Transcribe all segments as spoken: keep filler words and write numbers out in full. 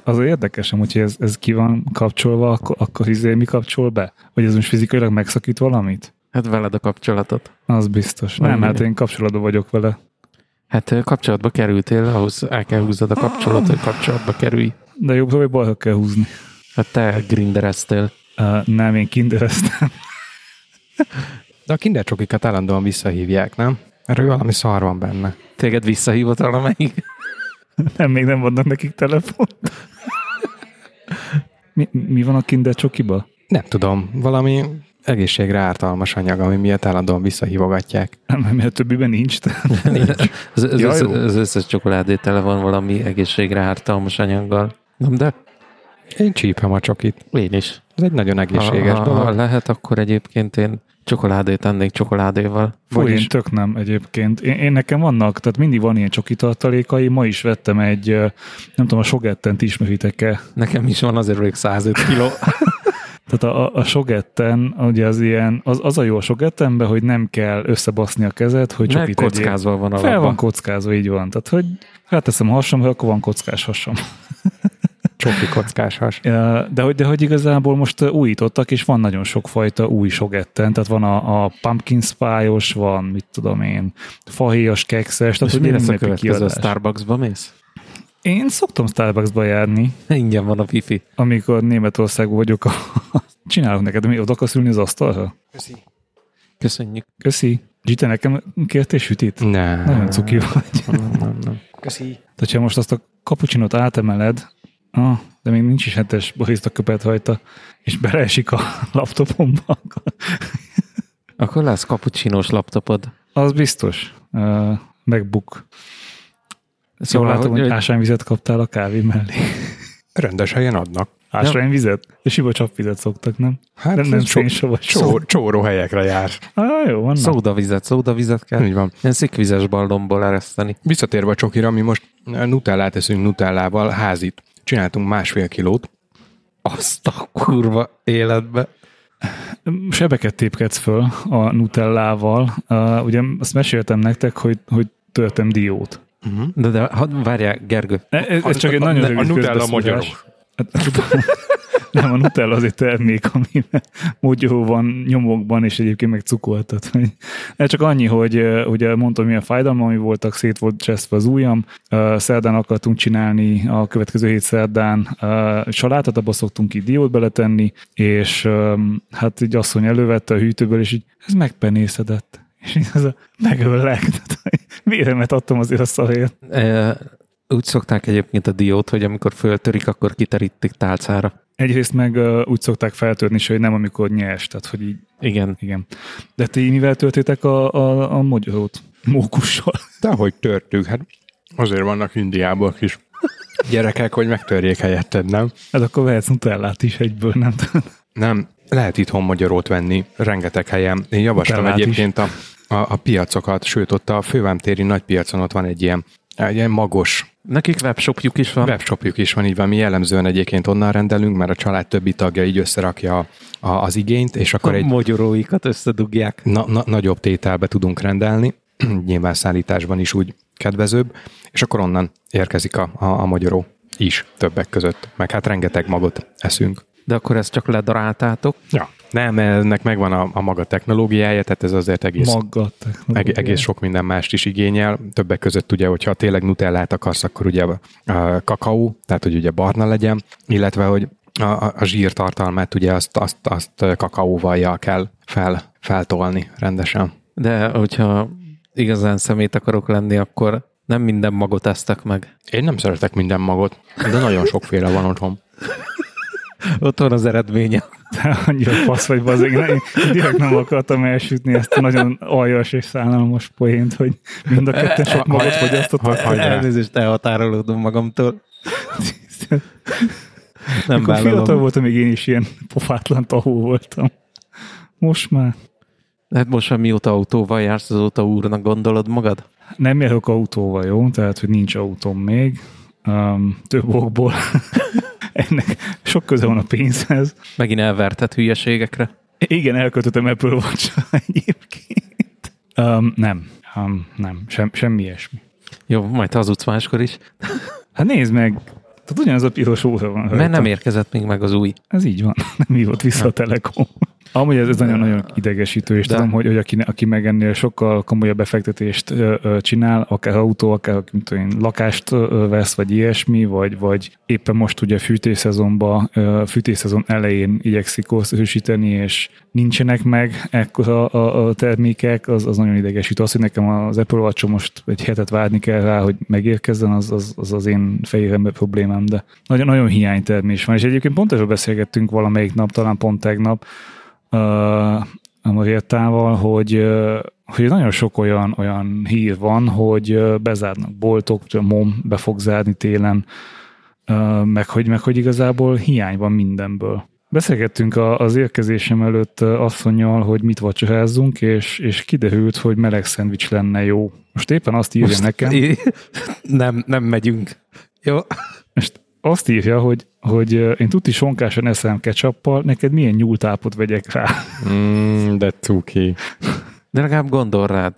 az érdekes, hogy ez, ez ki van kapcsolva, akkor, akkor izé mi kapcsol be? Vagy ez most fizikailag megszakít valamit? Hát veled a kapcsolatot. Az biztos. Vagy nem, mi? hát én kapcsolatban vagyok vele. Hát kapcsolatba kerültél, ahhoz el kell húzzad a kapcsolatot, hogy kapcsolatba kerülj. De jobb, hogy balra kell húzni. Hát te grindereztél. Uh, nem, én kindereztem. De a Kinder csokikat állandóan visszahívják, nem? Erről valami szar van benne. Téged visszahívott valamelyik? Nem, még nem adnak nekik telefon. mi, mi van a Kinder csokiba? Nem tudom, valami egészségre ártalmas anyag, ami miatt állandóan visszahívogatják. Nem, mert a többiben nincs. az, az, Ja, az, jó. az összes csokoládé tele van valami egészségre ártalmas anyaggal. Nem, de Én csípem a csokit. én is. Ez egy nagyon egészséges ha, dolog. ha lehet, akkor egyébként én csokoládét ennék csokoládéval. Fú, én Vagyis- tök nem egyébként. Én, én nekem vannak, tehát mindig van ilyen csoki tartalékai. Ma is vettem egy, ö, nem tudom, a Sogettent ismeritek-e? Nekem is van azért még százöt kiló. Tehát a, a Sogetten, ugye az ilyen, az, az a jó a Sogettenben, hogy nem kell összebaszni a kezed, hogy Meg csokit tegyél. kockázva van Fel van alapban. kockázva, így van. Tehát, hogy ráteszem a hasamra, akkor van kockás hasam. Csoki kockás has. Ja, De hogy, de hogy igazából most újítottak, és van nagyon sokfajta új Sogetten, tehát van a, a pumpkin spájos, van, mit tudom én, fahéjas, kekszes, tehát És hogy mi lesz a mindenféle következő? kiadás. Starbucksba mész? Én szoktam Starbucksba járni, Ingyen van a wifi. amikor Németországban vagyok. A... Csinálok neked, mi oda akarsz ülni az asztalra? Köszönjük. Köszi. Gita, nekem kértél sütit? Nem. Nagyon cuki vagy. Nem, nem, nem. Köszi. Tehát ha most azt a kapucsinót átemeled, ah, de még nincs is hetes barista köpet rajta, és beleesik a laptopomba, akkor Akkor lesz kapucsinós laptopod. az biztos. Uh, MacBook. Jól Szóval, látom, hogy hogy- ásványvizet kaptál a kávé mellé. Rendes helyen adnak. Ásványvizet? És sima csapvizet szoktak, nem? Hát nem nem ez csó- szénsavas. csó, csóró helyekre jár. Ah, jó, van. Szódavizet, szódavizet kell. Így van. Ilyen szikvizes ballomból ereszteni. Visszatérve a csokira, mi most nutellát eszünk nutellával, házit. Csináltunk másfél kilót. Azt a kurva életbe. Sebeket tépkedsz föl a nutellával. Uh, ugye azt meséltem nektek, hogy, hogy törtem diót. Uh-huh. De, de hadd várjál, Gergő. Ez, ez csak egy a, nagyon a, rövid a nutella közbeszólás. magyarul. Hát, nem, a Nutella az egy termék, ami mogyoró van nyomokban, és egyébként meg cukoltat. Ez csak annyi, hogy ugye mondtam, milyen fájdalma, ami voltak, szét volt cseszve az ujjam. Szerdán akartunk csinálni, a következő hét szerdán salátát, abba szoktunk így diót beletenni, és hát így asszony elővette a hűtőből, és így ez megpenészedett. És így az a megöllek. Véremet adtam azért a szarért. E, úgy szokták egyébként a diót, hogy amikor föltörik, akkor kiterítik tálcára. Egyrészt meg uh, úgy szokták feltörni, hogy nem amikor nyers, tehát hogy így, Igen. igen. De ti mivel töltétek a, a, a mogyorót? Mókussal. De ahogy törtük, hát azért vannak Indiából kis gyerekek, hogy megtörjék helyetted, nem? Hát akkor vehetsz nutellát is egyből, nem tudom. Nem, lehet itthon magyarót venni rengeteg helyen. Én javaslom Nutellát egyébként a, a, a piacokat, sőt ott a Fővámtéri nagypiacon ott van egy ilyen, egy ilyen magos Nekik webshopjuk is van. webshopjuk is van, így van, mi jellemzően egyébként onnan rendelünk, mert a család többi tagja így összerakja a, a, az igényt, és akkor A egy mogyoróikat összedugják. na, na, nagyobb tételbe tudunk rendelni, nyilván szállításban is úgy kedvezőbb, és akkor onnan érkezik a, a, a magyaró is többek között, meg hát rengeteg magot eszünk. De akkor ezt csak ledaráltátok. Ja. Nem, ennek megvan a, a maga technológiája, tehát ez azért egész, Maggat. eg, egész sok minden mást is igényel. Többek között ugye, hogyha tényleg nutellát akarsz, akkor ugye a, a kakaó, tehát hogy ugye barna legyen, illetve hogy a, a, a zsírtartalmát ugye azt, azt, azt kakaóvajjal kell fel, feltolni rendesen. De hogyha igazán szemét akarok lenni, akkor nem minden magot esztek meg. Én nem szeretek minden magot, de nagyon sokféle van otthon. Ott van az eredménye. De annyira fasz vagy, bazdmeg. Én direkt nem akartam elsütni ezt a nagyon aljas és szánalmas poént, hogy mind a ketten sok magot fogyasztottak. Elnézést, elhatárolódom magamtól. Nem Amikor fiatal vállalom. voltam, még én is ilyen pofátlan tahó voltam. Most már Hát most már mióta autóval jársz, azóta úrnak gondolod magad? nem járok autóval, jó? Tehát, hogy nincs autóm még. Um, több okból. Ennek sok köze van a pénzhez. Megint elverted hülyeségekre? Igen, elköltöttem Apple Watch-ra egyébként. Um, nem, um, nem, sem, semmi ilyesmi. Jó, majd hazudsz máskor is. Hát nézd meg, Tehát ugyanez a piros óra van. Mert nem érkezett még meg az új. Ez így van. Nem hívott vissza a Telekom. Amúgy ez, ez nagyon-nagyon idegesítő, és de. tudom, hogy, hogy aki, aki meg ennél sokkal komolyabb befektetést ö, ö, csinál, akár autó, akár mint én, lakást ö, vesz, vagy ilyesmi, vagy, vagy éppen most ugye fűtésszezonban, ö, fűtésszezon elején igyekszik ősíteni, és nincsenek meg ekkora a, a termékek, az, az nagyon idegesítő. Az, hogy nekem az Apple Watch most egy hetet várni kell rá, hogy megérkezzen, az az, az, az én fejérembe problémám, de nagyon, nagyon hiánytermés van. És egyébként pont erről beszélgettünk valamelyik nap, talán pont tegnap, a Mariattával, hogy, uh, hogy nagyon sok olyan, olyan hír van, hogy uh, bezárnak boltok, a MOM be fog zárni télen, uh, meg, hogy, meg hogy igazából hiány van mindenből. Beszélgettünk a, az érkezésem előtt uh, asszonnyal, hogy mit vacsorázzunk, és, és kiderült, hogy meleg szendvics lenne jó. Most éppen azt írja Most nekem. É, nem, nem megyünk. Jó. Most azt írja, hogy, hogy én tuti sonkásan eszem ketchuppal, neked milyen nyúltápot vegyek rá? Mm, de cuki. De legalább gondol rád.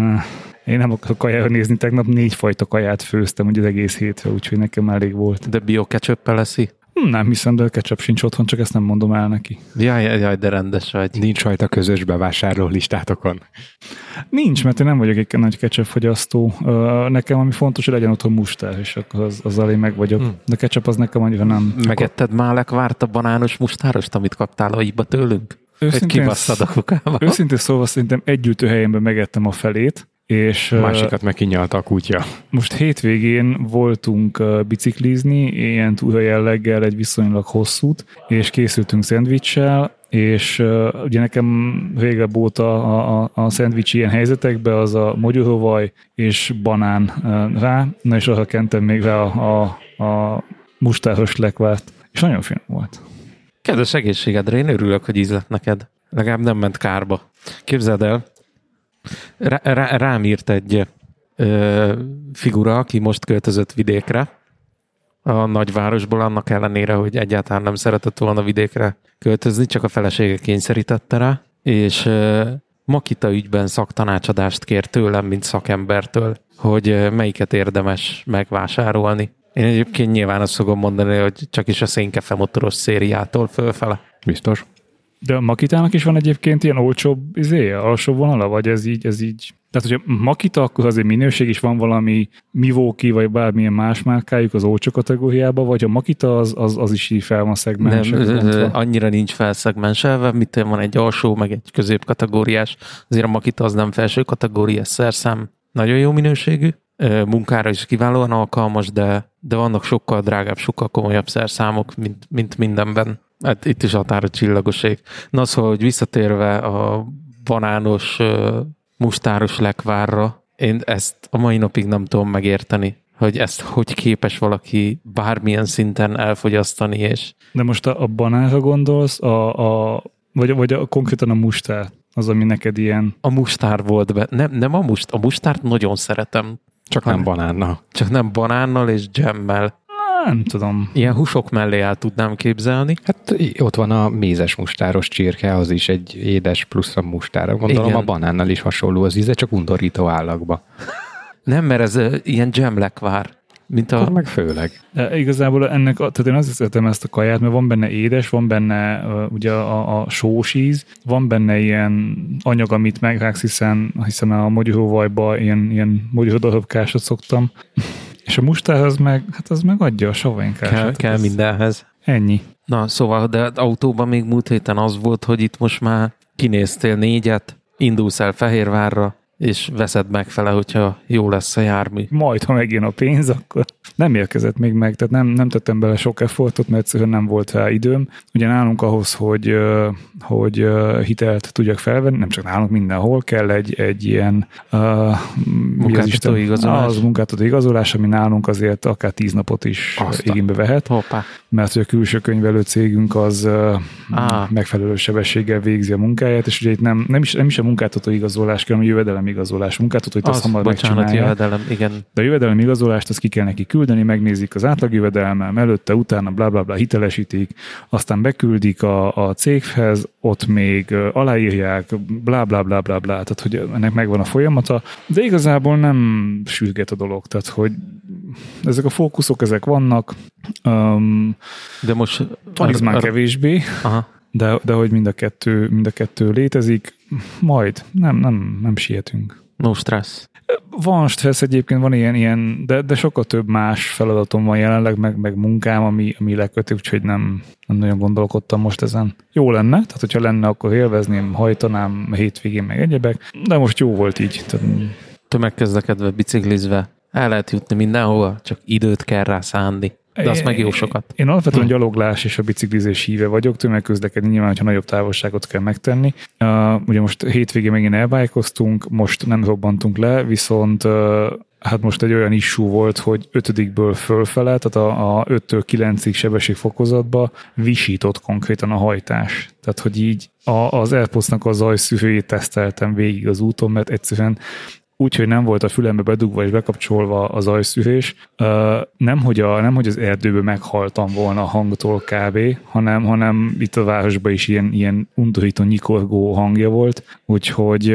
Én nem akarok kajára nézni, tegnap négy fajta kaját főztem, ugye az egész hétre, úgyhogy nekem elég volt. De bio ketchuppel leszi? Nem hiszem, de a ketchup sincs otthon, csak ezt nem mondom el neki. Jaj, jaj, de rendes vagy. Nincs rajta közös bevásárló listátokon. Nincs, mert én nem vagyok egy nagy ketchup fogyasztó. Nekem ami fontos, hogy legyen otthon mustár, és akkor az, azzal én meg vagyok. Hmm. De ketchup az nekem annyira nem. Megetted akkor... már lekvárt a banános mustárost, amit kaptál aiba tőlünk? Őszintén, hogy kibasszad a kukába? Őszintén szóval szerintem egy gyűjtőhelyemben megettem a felét, és másikat meg kinyalta a kutya. Most hétvégén voltunk biciklizni, ilyen túra jelleggel egy viszonylag hosszút, és készültünk szendvicssel, és uh, ugye nekem régebb óta a, a, a szendvics ilyen helyzetekben az a mogyoróvaj és banán uh, rá, na és arra kentem még rá a, a, a mustáros lekvárt, és nagyon finom volt. Kedves egészségedre, én örülök, hogy íz lett neked. Legalább nem ment kárba. Képzeld el, rá, rá, rám írt egy ö, figura, aki most költözött vidékre, a nagyvárosból, annak ellenére, hogy egyáltalán nem szeretett volna vidékre költözni, csak a felesége kényszerítette rá, és uh, Makita ügyben szaktanácsadást kér tőlem, mint szakembertől, hogy uh, melyiket érdemes megvásárolni. Én egyébként nyilván azt fogom mondani, hogy csak is a szénkefe motoros szériától fölfele. Biztos. De a Makitának is van egyébként ilyen olcsóbb izéje, alsó vonala, vagy ez így, ez így? Tehát, hogyha Makita, akkor azért minőség is van valami Milwaukee, vagy bármilyen más márkájuk az olcsó kategóriában, vagy a Makita az, az, az is így fel van szegmenselve? Annyira nincs felszegmenselve, mit van egy alsó, meg egy középkategóriás. Azért a Makita az nem felső kategóriás szerszám. Nagyon jó minőségű, munkára is kiválóan alkalmas, de, de vannak sokkal drágább, sokkal komolyabb szerszámok, mint, mint mindenben. Hát itt is határa csillagoség. Na szóval, hogy visszatérve a banános, mustáros lekvárra, én ezt a mai napig nem tudom megérteni, hogy ezt hogy képes valaki bármilyen szinten elfogyasztani, és... De most a, a banánra gondolsz, a, a, vagy, vagy a, konkrétan a mustár, az, ami neked ilyen... A mustár volt be. Nem, nem a must, a mustárt nagyon szeretem. Csak nem banánnal. Csak nem banánnal és dzsemmel. Nem tudom. Ilyen húsok mellé el tudnám képzelni. Hát ott van a mézes mustáros csirke, az is egy édes plusz a mustára. Gondolom igen. A banánnal is hasonló az íze, csak undorító állagba. Nem, mert ez uh, ilyen dzsemlekvár. Mint a... Akkor meg főleg. De igazából ennek, tehát én azért szeretem ezt a kaját, mert van benne édes, van benne uh, ugye a, a sós íz, van benne ilyen anyag, amit megrágsz, hiszen, hiszen a mogyoróvajba ilyen, ilyen mogyoródarabkásot szoktam. És a mustár az meg, hát az meg adja a savainkásat. Kell, kell mindenhez. Ennyi. Na, szóval, de autóban még múlt héten az volt, hogy itt most már kinéztél négyet, indulsz el Fehérvárra, és veszed meg fele, hogyha jó lesz a jármű. Majd, ha megjön a pénz, akkor nem érkezett még meg, tehát nem, nem tettem bele sok effortot, mert egyszerűen nem volt rá időm. Ugye nálunk ahhoz, hogy, hogy hitelt tudjak felvenni, nem csak nálunk, mindenhol kell egy, egy ilyen uh, munkáltató igazolás. Az munkáltató igazolás, ami nálunk azért akár tíz napot is Aztán. igénybe vehet. Hoppá. Mert a külső könyvelő cégünk az ah. megfelelő sebességgel végzi a munkáját, és ugye itt nem, nem, is, nem is a munkáltató igazolás kell, hanem a jövedelem igazolás munkáltatóit, azt hamar megcsinálják. Jövedelem, igen. De a jövedelem igazolást azt ki kell neki küldeni, megnézik az átlagjövedelmem, előtte, utána bla bla bla hitelesítik, aztán beküldik a, a céghez, ott még aláírják, bla bla bla bla bla, tehát hogy ennek megvan a folyamata, de igazából nem sürget a dolog, tehát hogy ezek a fókuszok, ezek vannak. Um, de most... Taniz már kevésbé, aha. De, de hogy mind a, kettő, mind a kettő létezik, majd nem, nem, nem sietünk. No stress. Van stressz egyébként, van ilyen, ilyen de, de sokkal több más feladatom van jelenleg, meg, meg munkám, ami, ami leköti, úgyhogy nem, nem nagyon gondolkodtam most ezen. Jó lenne, tehát hogyha lenne, akkor élvezném, hajtanám a hétvégén meg egyebek, de most jó volt így. Tehát... Tömegközlekedve, biciklizve, el lehet jutni mindenhova, csak időt kell rá szánni. De az meg jó sokat. Én alapvetően hm. gyaloglás és a biciklizés híve vagyok, tömegközlekedni nyilván, hogyha nagyobb távolságot kell megtenni. Uh, ugye most hétvégén megint elbájkoztunk, most nem robbantunk le, viszont uh, hát most egy olyan issue volt, hogy ötödikből fölfele, tehát a, a öttől kilencig sebességfokozatba visított konkrétan a hajtás. Tehát, hogy így a, az AirPods-nak a zajszűrőjét teszteltem végig az úton, mert egyszerűen úgyhogy nem volt a fülembe bedugva és bekapcsolva a zajszűrés. Nem, hogy, a, nem, hogy az erdőben meghaltam volna a hangtól kb., hanem, hanem itt a városban is ilyen, ilyen undorító, nyikorgó hangja volt. Úgyhogy...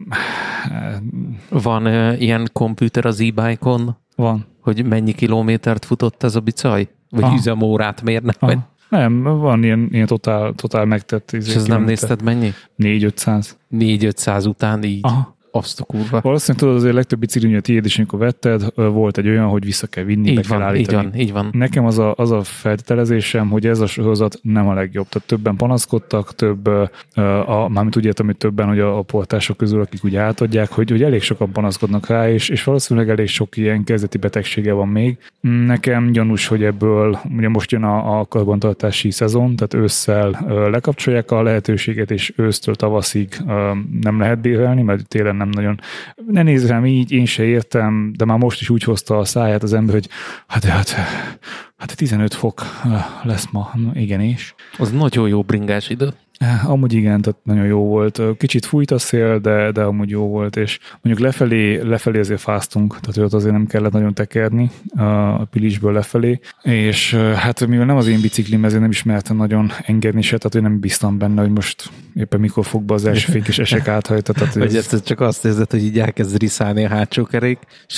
Van uh, ilyen komputer az e-bike-on? Van. Hogy mennyi kilométert futott ez a bicaj? Vagy aha. üzemórát mérnek? Vagy? Nem, van ilyen, ilyen totál, totál megtett. És ez nem nézted mennyi? négy-ötszáz. négy-ötszáz után így? Aha. Azt a kurva. Valószínűleg tudod, azért legtöbb biciklinyő tiéd is, amikor vetted, volt egy olyan, hogy vissza kell vinni, így be van, kell állítani. Így van, így van. Nekem az a, az a feltételezésem, hogy ez a sorozat nem a legjobb. Tehát többen panaszkodtak, több, a, mármint úgy értem, hogy többen, hogy a, a portások közül, akik úgy átadják, hogy, hogy elég sokan panaszkodnak rá, és, és valószínűleg elég sok ilyen kezdeti betegsége van még. Nekem gyanús, hogy ebből, ugye most jön a, a karbantartási szezon, tehát ősszel lekapcsolják a lehetőséget, és ősztől tavaszig nem lehet bérelni, mert télen nem nagyon. Ne nézz rám így, én se értem, de már most is úgy hozta a száját az ember, hogy hát, hát, hát tizenöt fok lesz ma, igen és. Az nagyon jó bringás idő. Amúgy igen, tehát nagyon jó volt. Kicsit fújt a szél, de, de amúgy jó volt, és mondjuk lefelé, lefelé azért fáztunk, tehát ott azért nem kellett nagyon tekerni a Pilisből lefelé, és hát mivel nem az én biciklim, ezért nem is mertem nagyon engedni se, tehát én nem bíztam benne, hogy most éppen mikor fog be az első fék, és esek áthajta. Vagy ez... csak azt érzed, hogy így elkezd riszálni a hátsó kerék,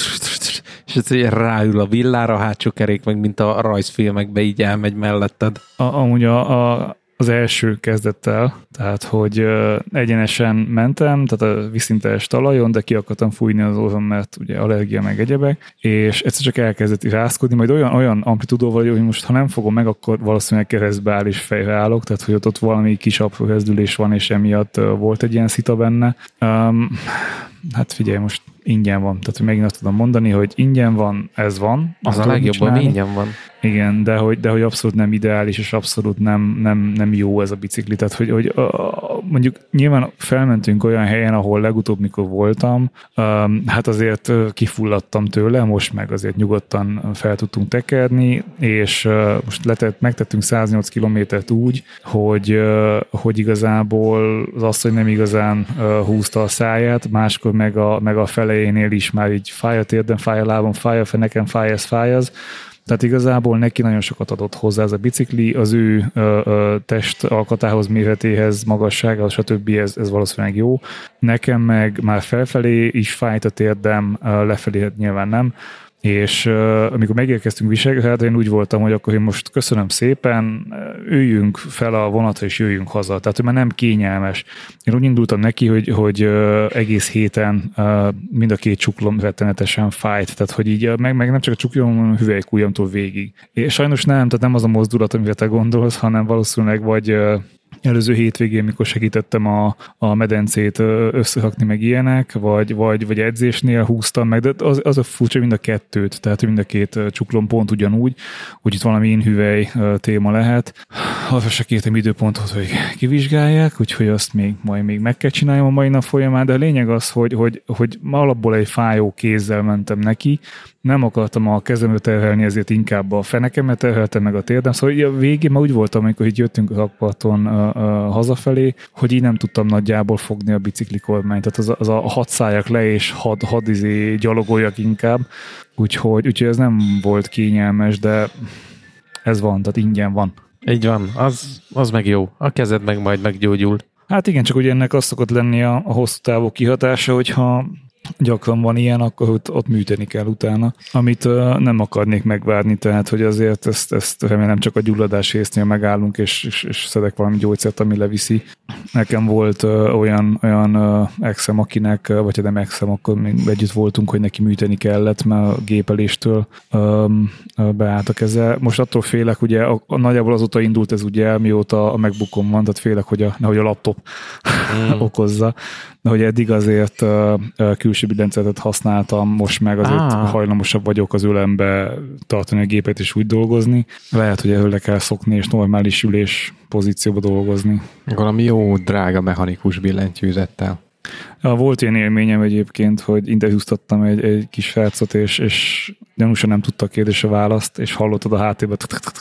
és ez ráül a villára a hátsó kerék, meg mint a rajzfilmekbe így elmegy melletted. A, amúgy a, a az első kezdettel, tehát hogy uh, egyenesen mentem, tehát a vízszintes talajon, de ki akartam fújni az orrom, mert ugye allergia meg egyebek, és egyszer csak elkezdett rázkodni, majd olyan, olyan amplitudóval, hogy most ha nem fogom meg, akkor valószínűleg keresztbe áll és fejre állok, tehát hogy ott, ott valami kis apró rezdülés van, és emiatt uh, volt egy ilyen szita benne. Um, hát figyelj, most ingyen van. Tehát, hogy megint azt tudom mondani, hogy ingyen van, ez van. Az a legjobb, ami ingyen van. Igen, de hogy, de hogy abszolút nem ideális, és abszolút nem, nem, nem jó ez a bicikli. Tehát, hogy, hogy mondjuk nyilván felmentünk olyan helyen, ahol legutóbb, mikor voltam, hát azért kifulladtam tőle, most meg azért nyugodtan fel tudtunk tekerni, és most letett, megtettünk száznyolc kilométert úgy, hogy, hogy igazából az asszony nem igazán húzta a száját, máskor meg a, meg a felejénél is már így fáj a térdem, fáj a lábam, fáj a feneken, fáj ez, fáj az. Tehát igazából neki nagyon sokat adott hozzá ez a bicikli, az ő ö, ö, test alkatához, méretéhez, magasságához, stb. Ez, ez valószínűleg jó. Nekem meg már felfelé is fájt a térdem, lefelé hát nyilván nem. És uh, amikor megérkeztünk Visegrádra, én úgy voltam, hogy akkor én most köszönöm szépen, üljünk fel a vonatra és jöjjünk haza. Tehát, hogy már nem kényelmes. Én úgy indultam neki, hogy, hogy uh, egész héten uh, mind a két csuklom rettenetesen fájt. Tehát, hogy így meg, meg nem csak a csuklom, hanem a hüvelykujjamtól végig. És sajnos nem, tehát nem az a mozdulat, amire te gondolsz, hanem valószínűleg vagy uh, előző hétvégén, mikor segítettem a, a medencét összerakni meg ilyenek, vagy, vagy, vagy edzésnél húztam meg, de az, az a furcsa mind a kettőt, tehát mind a két csuklom pont ugyanúgy, hogy itt valami inhüvely téma lehet. Arra se kértem időpontot, hogy kivizsgálják, úgyhogy azt még majd még meg kell csináljam a mai nap folyamán, de a lényeg az, hogy, hogy, hogy alapból egy fájó kézzel mentem neki, nem akartam a kezemre terhelni, ezért inkább a fenekemet terheltem meg a térdem. Szóval a végén már úgy voltam, amikor így jöttünk a rakparton uh, uh, hazafelé, hogy így nem tudtam nagyjából fogni a bicikli kormányt. Tehát az, az a hadd szálljak le, és hadd had izé gyalogoljak inkább. Úgyhogy, úgyhogy ez nem volt kényelmes, de ez van, tehát ingyen van. Így van, az, az meg jó. A kezed meg majd meggyógyul. Hát igen, csak ugye ennek az szokott lenni a, a hosszú távú kihatása, hogyha gyakran van ilyen, akkor ott, ott műteni kell utána, amit uh, nem akarnék megvárni, tehát hogy azért ezt, ezt remélem csak a gyulladás résznél megállunk, és, és, és szedek valami gyógyszert, ami leviszi. Nekem volt uh, olyan, olyan uh, exem, akinek, uh, vagy ha nem exem, akkor még együtt voltunk, hogy neki műteni kellett, mert a gépeléstől um, uh, beállt a keze. Most attól félek, ugye a, a nagyjából azóta indult ez ugye, mióta a MacBookom van, tehát félek, hogy a, nehogy a laptop mm. okozza. De hogy eddig azért uh, külső billentyűzetet használtam, most meg azért ah. hajlamosabb vagyok az ölembe tartani a gépet és úgy dolgozni. Lehet, hogy erről le kell szokni és normális ülés pozícióba dolgozni. Valami jó, drága mechanikus billentyűzettel. Volt ilyen élményem egyébként, hogy interjúztattam egy, egy kis srácot, és, és gyanúsan nem tudta a kérdésre választ, és hallottad a háttérben,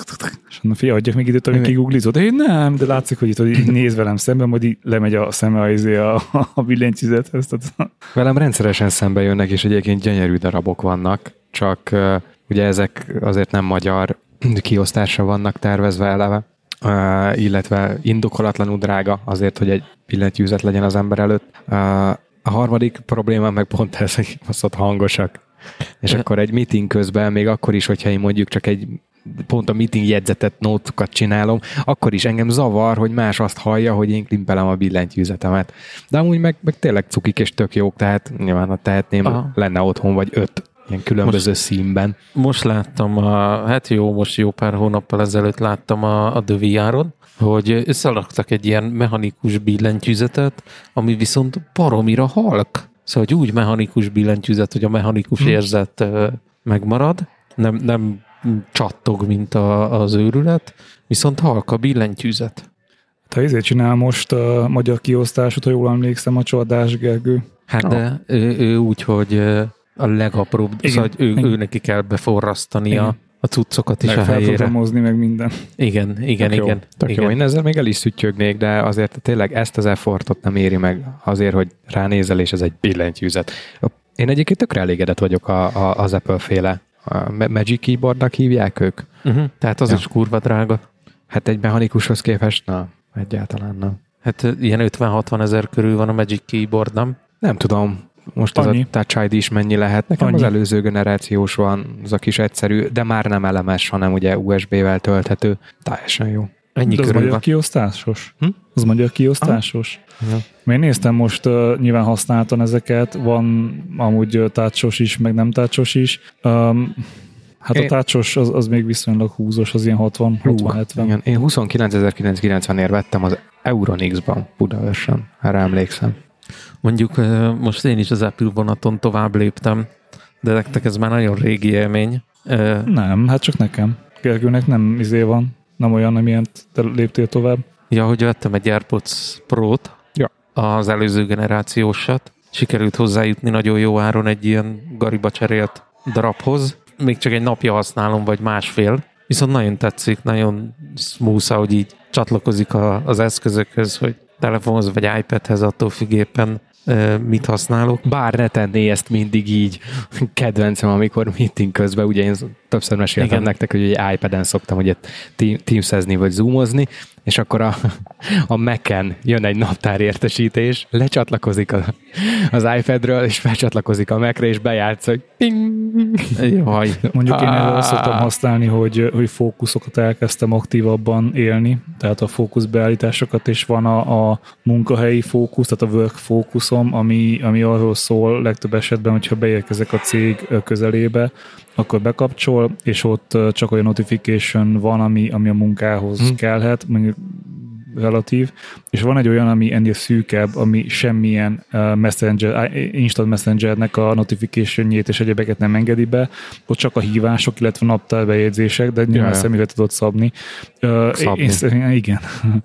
és mondom, figyelj, adjak még időt, hogy kiguglizod. De én nem, de látszik, hogy itt hogy néz velem szemben, majd így lemegy a szeme a, a, a billentyűzethez. Velem rendszeresen szembe jönnek, és egyébként gyönyörű darabok vannak, csak uh, ugye ezek azért nem magyar kiosztásra vannak tervezve eleve, uh, illetve indokolatlanul drága azért, hogy egy billentyűzet legyen az ember előtt. Uh, a harmadik probléma meg pont ez, hogy baszott hangosak. És e- akkor egy meeting közben, még akkor is, hogyha én mondjuk csak egy pont a meeting jegyzetet, nótokat csinálom, akkor is engem zavar, hogy más azt hallja, hogy én klimpelem a billentyűzetemet. De amúgy meg, meg tényleg cukik és tök jók, tehát nyilván ha tehetném, aha, lenne otthon vagy öt ilyen különböző most, színben. Most láttam, a, hát jó, most jó pár hónappal ezelőtt láttam a, a The vé er-on, hogy összeraktak egy ilyen mechanikus billentyűzetet, ami viszont baromira halk. Szóval, hogy úgy mechanikus billentyűzet, hogy a mechanikus hmm. érzet uh, megmarad, nem, nem csattog, mint a, az őrület, viszont halk a billentyűzet. Te ezért csinál most a magyar kiosztásot, ha jól emlékszem, a Csordás Gergő. Hát ah. de ő, ő úgy, hogy a legapróbb, igen, szóval ő, ő neki kell beforrasztani a, a cuccokat is meg a helyére. Felprogramozni, meg minden. Igen, igen, tök igen. Jó, tök igen. jó. Én ezzel még el is szüttyögnék, de azért tényleg ezt az effortot nem éri meg azért, hogy ránézel, és ez egy billentyűzet. Én egyébként tökre elégedett vagyok a, a, az Apple-féle. A Magic Keyboardnak hívják ők? Uh-huh. Tehát az ja. is kurva drága. Hát egy mechanikushoz képest, na, egyáltalán nem. Hát ilyen ötven-hatvan ezer körül van a Magic Keyboard, nem? Nem tudom. Most annyi. Az a Touch áj dí is mennyi lehet. Nekem annyi. Az előző generációs van, az a kis egyszerű, de már nem elemes, hanem ugye u es bé-vel tölthető. Teljesen jó. Ennyi körül az magyar van. Kiosztásos? Hm? Az magyar kiosztásos? Ja. Én néztem most, uh, nyilván használtan ezeket, van amúgy uh, tácsos is, meg nem tácsos is. Um, hát én... a tácsos az, az még viszonylag húzós, az ilyen hatvan-hetven. Igen. Én huszonkilencezer-kilencszázkilencvenért vettem az Euronix-ban Budaörsön, erre emlékszem. Mondjuk uh, most én is az Apple vonaton tovább léptem, de nektek ez már nagyon régi élmény. Uh, nem, hát csak nekem. Gergőnek nem izé van. Nem olyan, amilyen te léptél tovább. Ja, hogy vettem egy AirPods Pro-t, ja. az előző generációsat. Sikerült hozzájutni nagyon jó áron egy ilyen gariba cserélt darabhoz. Még csak egy napja használom, vagy másfél. Viszont nagyon tetszik, nagyon smooth, hogy így csatlakozik a, az eszközökhöz, hogy telefonhoz vagy iPadhez, attól függéppen mit használok. Bár ne tenné ezt mindig így. Kedvencem, amikor meeting közben, ugye én többször meséltem igen. nektek, hogy egy iPad-en szoktam ugye Teams-ezni vagy Zoomozni, és akkor a, a Mac-en jön egy naptárértesítés, lecsatlakozik a, az iPad-ről, és felcsatlakozik a Mac-re, és bejátsz, hogy ping! Jaj. Mondjuk én erről azt szoktam használni, hogy, hogy fókuszokat elkezdtem aktívabban élni, tehát a fókuszbeállításokat, és van a, a munkahelyi fókusz, tehát a work fókuszom, ami, ami arról szól legtöbb esetben, hogyha beérkezek a cég közelébe, akkor bekapcsol, és ott csak olyan notification van, ami, ami a munkához hmm. kellhet, mondjuk relatív, és van egy olyan, ami ennél szűkebb, ami semmilyen uh, messenger, instant messengernek a notification-jét és egyebeket nem engedi be, ott csak a hívások, illetve naptárbejegyzések, de nyilván személyre tudod szabni. Uh, szabni. Én, igen.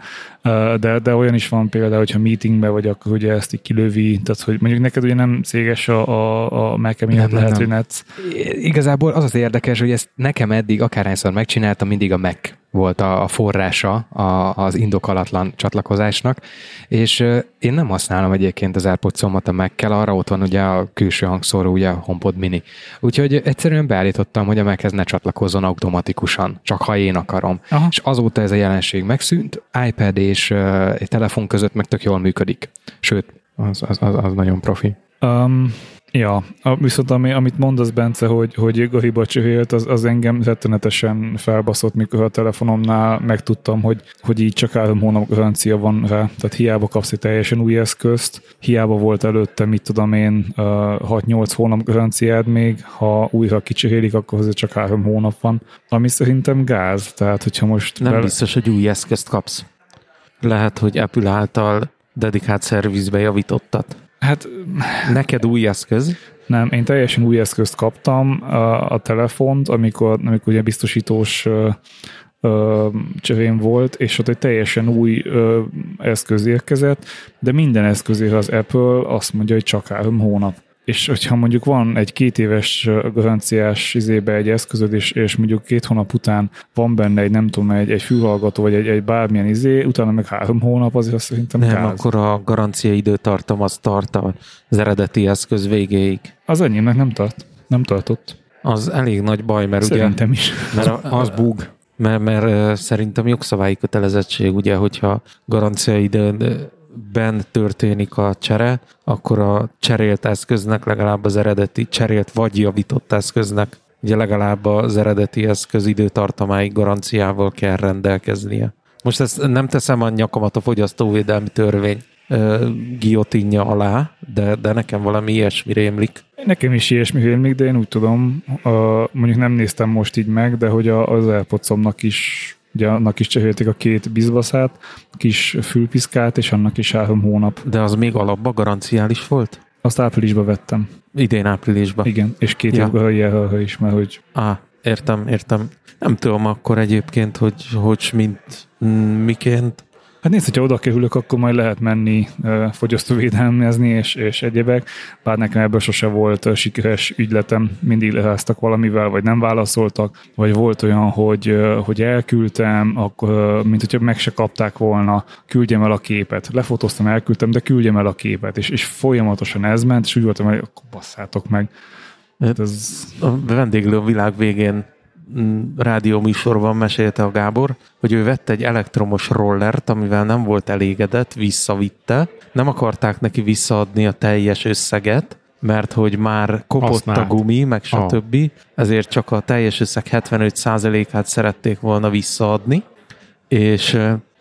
Uh, de, de olyan is van például, hogyha meetingben vagy, akkor ugye ezt így kilövi, tehát hogy mondjuk neked ugye nem céges a, a, a Mac miatt lehet, hogy netsz. Igazából az az érdekes, hogy ezt nekem eddig akárhányszor megcsináltam, mindig a Mac volt a, a forrása a, az indokolatlan csatlakozásnak, és uh, én nem használom egyébként az AirPods-omat a Mac-kel, arra ott van ugye a külső hangszóró, ugye a HomePod Mini. Úgyhogy egyszerűen beállítottam, hogy a Mac-hez ne csatlakozzon automatikusan, csak ha én akarom. Aha. És azóta ez a jelenség megszűnt, iPad és uh, egy telefon között meg tök jól működik. Sőt, az, az, az, az nagyon profi. Um, Ja, a, viszont ami, amit mondasz, Bence, hogy, hogy gahiba cserélt, az, az engem rettenetesen felbaszott, mikor a telefonomnál megtudtam, hogy, hogy így csak három hónap garancia van rá. Tehát hiába kapsz egy teljesen új eszközt, hiába volt előtte, mit tudom én, hat-nyolc hónap garanciád még, ha újra kicserélik, akkor azért csak három hónap van, ami szerintem gáz. Tehát, hogyha most... Nem bele... biztos, hogy új eszközt kapsz. Lehet, hogy Apple által dedikált szervizbe javítottat. Hát... Neked új eszköz? Nem, én teljesen új eszközt kaptam, a, a telefont, amikor, amikor ugye biztosítós ö, ö, cserém volt, és ott egy teljesen új ö, eszköz érkezett, de minden eszközére az Apple azt mondja, hogy csak három hónap. És hogyha mondjuk van egy két éves garanciás izébe egy eszközöd, és, és mondjuk két hónap után van benne egy, nem tudom, egy, egy fülhallgató, vagy egy, egy bármilyen izé, utána meg három hónap, azért azt szerintem Nem, gáz. akkor a garancia időtartam az tart az eredeti eszköz végéig. Az enyémnek nem tart. Nem tartott. Az elég nagy baj, mert Szerintem ugye... is. Mert a, Az bug. Mert, mert szerintem jogszabályi kötelezettség, ugye, hogyha garancia időben történik a csere, akkor a cserélt eszköznek legalább az eredeti, cserélt vagy javított eszköznek, ugye legalább az eredeti eszköz időtartamáig garanciával kell rendelkeznie. Most ezt nem teszem a nyakamat a fogyasztóvédelmi törvény guillotinja alá, de, de nekem valami ilyesmi rémlik. Nekem is ilyesmi rémlik, de én úgy tudom, uh, mondjuk nem néztem most így meg, de hogy a, az AirPods-omnak is, ugye annak is cserélték a két bizbaszát, a kis fülpiszkát, és annak is három hónap. De az még alapban garanciális volt? Azt áprilisban vettem. Idén áprilisban. Igen, és két Ja. évvel ilyenre is, mert hogy... Á, értem, értem. Nem tudom akkor egyébként, hogy, hogy mint miként. Hát nézd, hogyha oda kerülök, akkor majd lehet menni uh, fogyasztóvédelmezni és, és egyebek, bár nekem ebből sose volt uh, sikeres ügyletem, mindig leháztak valamivel, vagy nem válaszoltak, vagy volt olyan, hogy, uh, hogy elküldtem, akkor, uh, mint hogyha meg se kapták volna, küldjem el a képet. Lefotóztam, elküldtem, de küldjem el a képet, és, és folyamatosan ez ment, és úgy voltam, hogy akkor basszátok meg. Hát ez... A vendéglő a világ végén rádióműsorban mesélte a Gábor, hogy ő vett egy elektromos rollert, amivel nem volt elégedett, visszavitte. Nem akarták neki visszaadni a teljes összeget, mert hogy már kopott Használt. a gumi, meg stb. Oh. Ezért csak a teljes összeg hetvenöt százalékát szerették volna visszaadni, és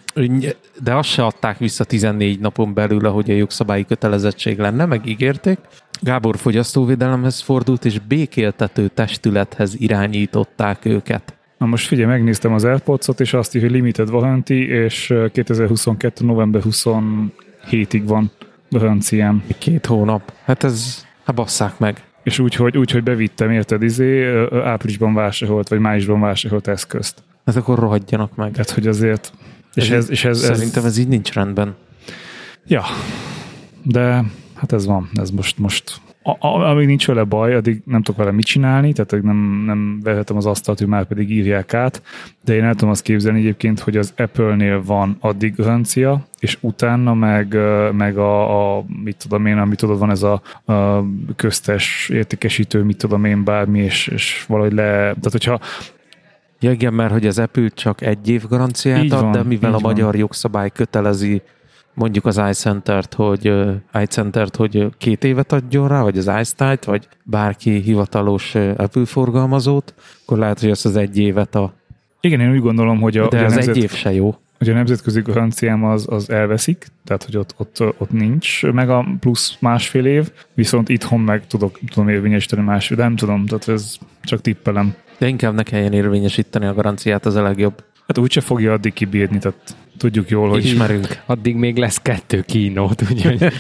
de azt se adták vissza tizennégy napon belül, ahogy a jogszabályi kötelezettség lenne, megígérték. Gábor fogyasztóvédelemhez fordult, és békéltető testülethez irányították őket. Na most figyelj, megnéztem az AirPods-ot, és azt írja, hogy limited warranty, és kétezer-huszonkettő november huszonhétig van garanciám. Két hónap. Hát ez, hát basszák meg. És úgy, hogy, úgy, hogy bevittem, érted, izé, áprilisban vásárolt, vagy májusban vásárolt eszközt. Hát akkor rohadjanak meg. Tehát, hogy azért... És ez, ez, és ez, szerintem ez így nincs rendben. Ja, de hát ez van, ez most, most a, a, amíg nincs vele baj, addig nem tudok vele mit csinálni, tehát nem, nem verhetem az asztalt, hogy már pedig írják át, de én el tudom azt képzelni egyébként, hogy az Apple-nél van addig garancia, és utána meg, meg a, a mit tudom én, amit tudod, van ez a, a köztes értékesítő, mit tudom én, bármi, és, és valahogy le, tehát hogyha Ja igen, mert hogy az Apple csak egy év garanciát így ad, van, de mivel a van. magyar jogszabály kötelezi mondjuk az iCentert, hogy uh, iCentert, hogy két évet adjon rá, vagy az iStyle-t, vagy bárki hivatalos uh, Apple forgalmazót, akkor lehet, hogy ezt az egy évet a... Igen, én úgy gondolom, hogy a, de hogy az a nemzet... egy év se jó. Hogy a nemzetközi garanciám az, az elveszik, tehát hogy ott, ott, ott nincs meg a plusz másfél év, viszont itthon meg tudok, tudom érvényesíteni másfél, de nem tudom, tehát ez csak tippelem. De inkább ne kelljen érvényesíteni a garanciát, az a legjobb. Hát úgyse fogja addig kibírni, tehát tudjuk jól, hogy... Ismerünk. Addig még lesz kettő kínót, úgyhogy...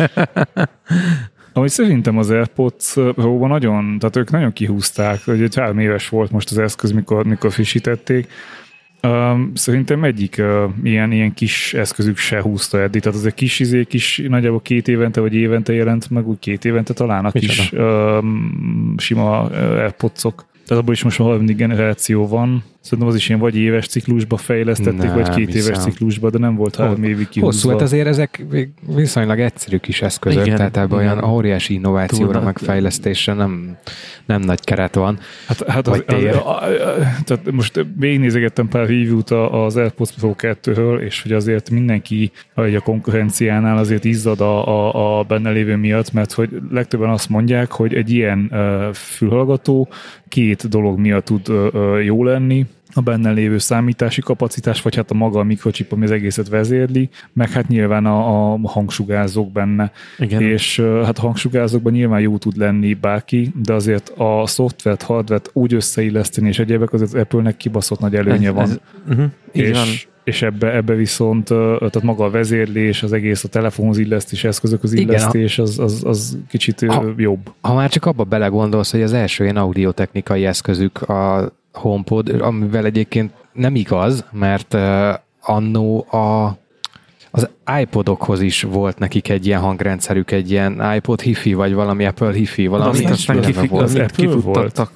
Ahogy szerintem az AirPods Pro-ban nagyon, tehát ők nagyon kihúzták, hogy egy három éves volt most az eszköz, mikor, mikor frissítették. Um, szerintem egyik uh, ilyen, ilyen kis eszközük se húzta eddig, tehát az egy kis izé, kis nagyjából két évente vagy évente jelent meg, úgy két évente talán a kis um, sima AirPods-ok. Tehát abban is most már harmadik generáció van. Szerintem az is ilyen vagy éves ciklusba fejlesztették, nem, vagy két hiszem. éves ciklusba, de nem volt három évig kihúzva. Hosszú, hát azért ezek viszonylag egyszerű kis eszközök, igen, tehát ebben olyan óriási innovációra, Tudod. meg fejlesztésre nem, nem nagy keret van. Hát, hát az, az, az, tehát most végignézegettem pár review-t az AirPods Pro kettőről, és hogy azért mindenki a konkurenciánál azért izzad a, a, a benne lévő miatt, mert hogy legtöbben azt mondják, hogy egy ilyen uh, fülhallgató két dolog miatt tud uh, uh, jó lenni, a benne lévő számítási kapacitás, vagy hát a maga a mikrochip, ami az egészet vezérli, meg hát nyilván a, a hangsugárzók benne. Igen. És uh, hát a hangsugárzókban nyilván jó tud lenni bárki, de azért a szoftvert, hardvert úgy összeilleszteni, és egyébek azért az Apple-nek kibaszott nagy előnye ez, van. Ez, uh-huh, és és ebbe, ebbe viszont tehát maga a vezérlés, az egész a telefonhoz illesztés, eszközökhöz illesztés, az, az, az kicsit ha, jobb. Ha már csak abba belegondolsz, hogy az első ilyen audiotechnikai eszközük a HomePod, amivel egyébként nem igaz, mert uh, annó a az iPodokhoz is volt nekik egy ilyen hangrendszerük, egy ilyen iPod Hi-Fi, vagy valami Apple Hi-Fi, valami. Az aztán kifuttattak.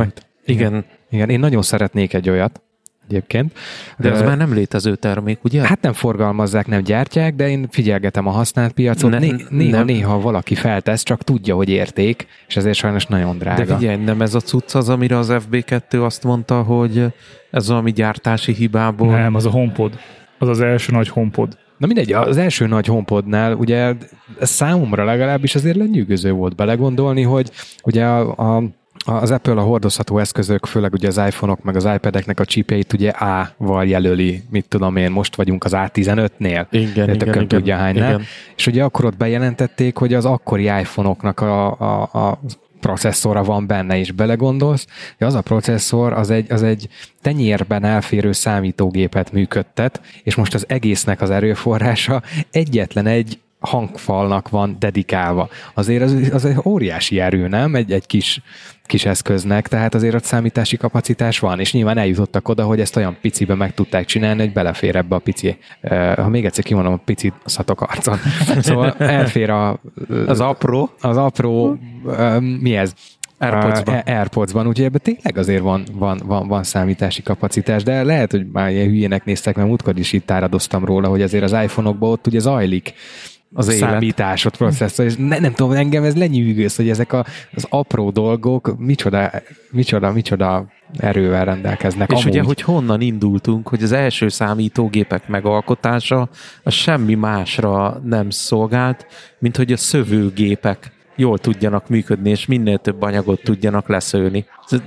Igen. Igen, én nagyon szeretnék egy olyat, egyébként. De az uh, már nem létező termék, ugye? Hát nem forgalmazzák, nem gyártják, de én figyelgetem a használt piacot. Ne, né- néha, néha valaki feltesz, csak tudja, hogy érték, és ezért sajnos nagyon drága. De figyelj, nem ez a cucc az, amire az ef bé kettő azt mondta, hogy ez valami gyártási hibából. Nem, az a HomePod. Az az első nagy HomePod. Na mindegy, az első nagy HomePodnál ugye számomra legalábbis azért lenyűgöző volt belegondolni, hogy ugye a, a az Apple a hordozható eszközök, főleg ugye az iPhone-ok meg az iPad-eknek a csípjeit ugye A-val jelöli, mit tudom én, most vagyunk az á tizenötnél. Igen, igen, igen, tudja hánynál. Igen. És ugye akkor ott bejelentették, hogy az akkori iPhone-oknak a, a, a processzora van benne, és belegondolsz, hogy az a processzor az egy, az egy tenyérben elférő számítógépet működtet, és most az egésznek az erőforrása egyetlen egy hangfalnak van dedikálva. Azért az, az egy óriási erő, nem? Egy, egy kis, kis eszköznek, tehát azért ott számítási kapacitás van, és nyilván eljutottak oda, hogy ezt olyan picibe meg tudták csinálni, hogy belefér ebbe a pici, ha még egyszer kimondom, a pici szatok arcon. Szóval elfér a, az apró, az apró, mi ez? AirPods-ban. AirPods-ban, úgyhogy ebben tényleg azért van, van, van, van számítási kapacitás, de lehet, hogy már ilyen hülyének néztek, mert múltkor is itt áradoztam róla, hogy azért az iPhone-okban ott ugye zajlik az számításod, processzor, és ne, nem tudom, engem ez lenyűgöz, hogy ezek a, az apró dolgok micsoda, micsoda, micsoda erővel rendelkeznek. És amúgy. ugye, hogy honnan indultunk, hogy az első számítógépek megalkotása az semmi másra nem szolgált, mint hogy a szövőgépek jól tudjanak működni, és minél több anyagot tudjanak leszőni.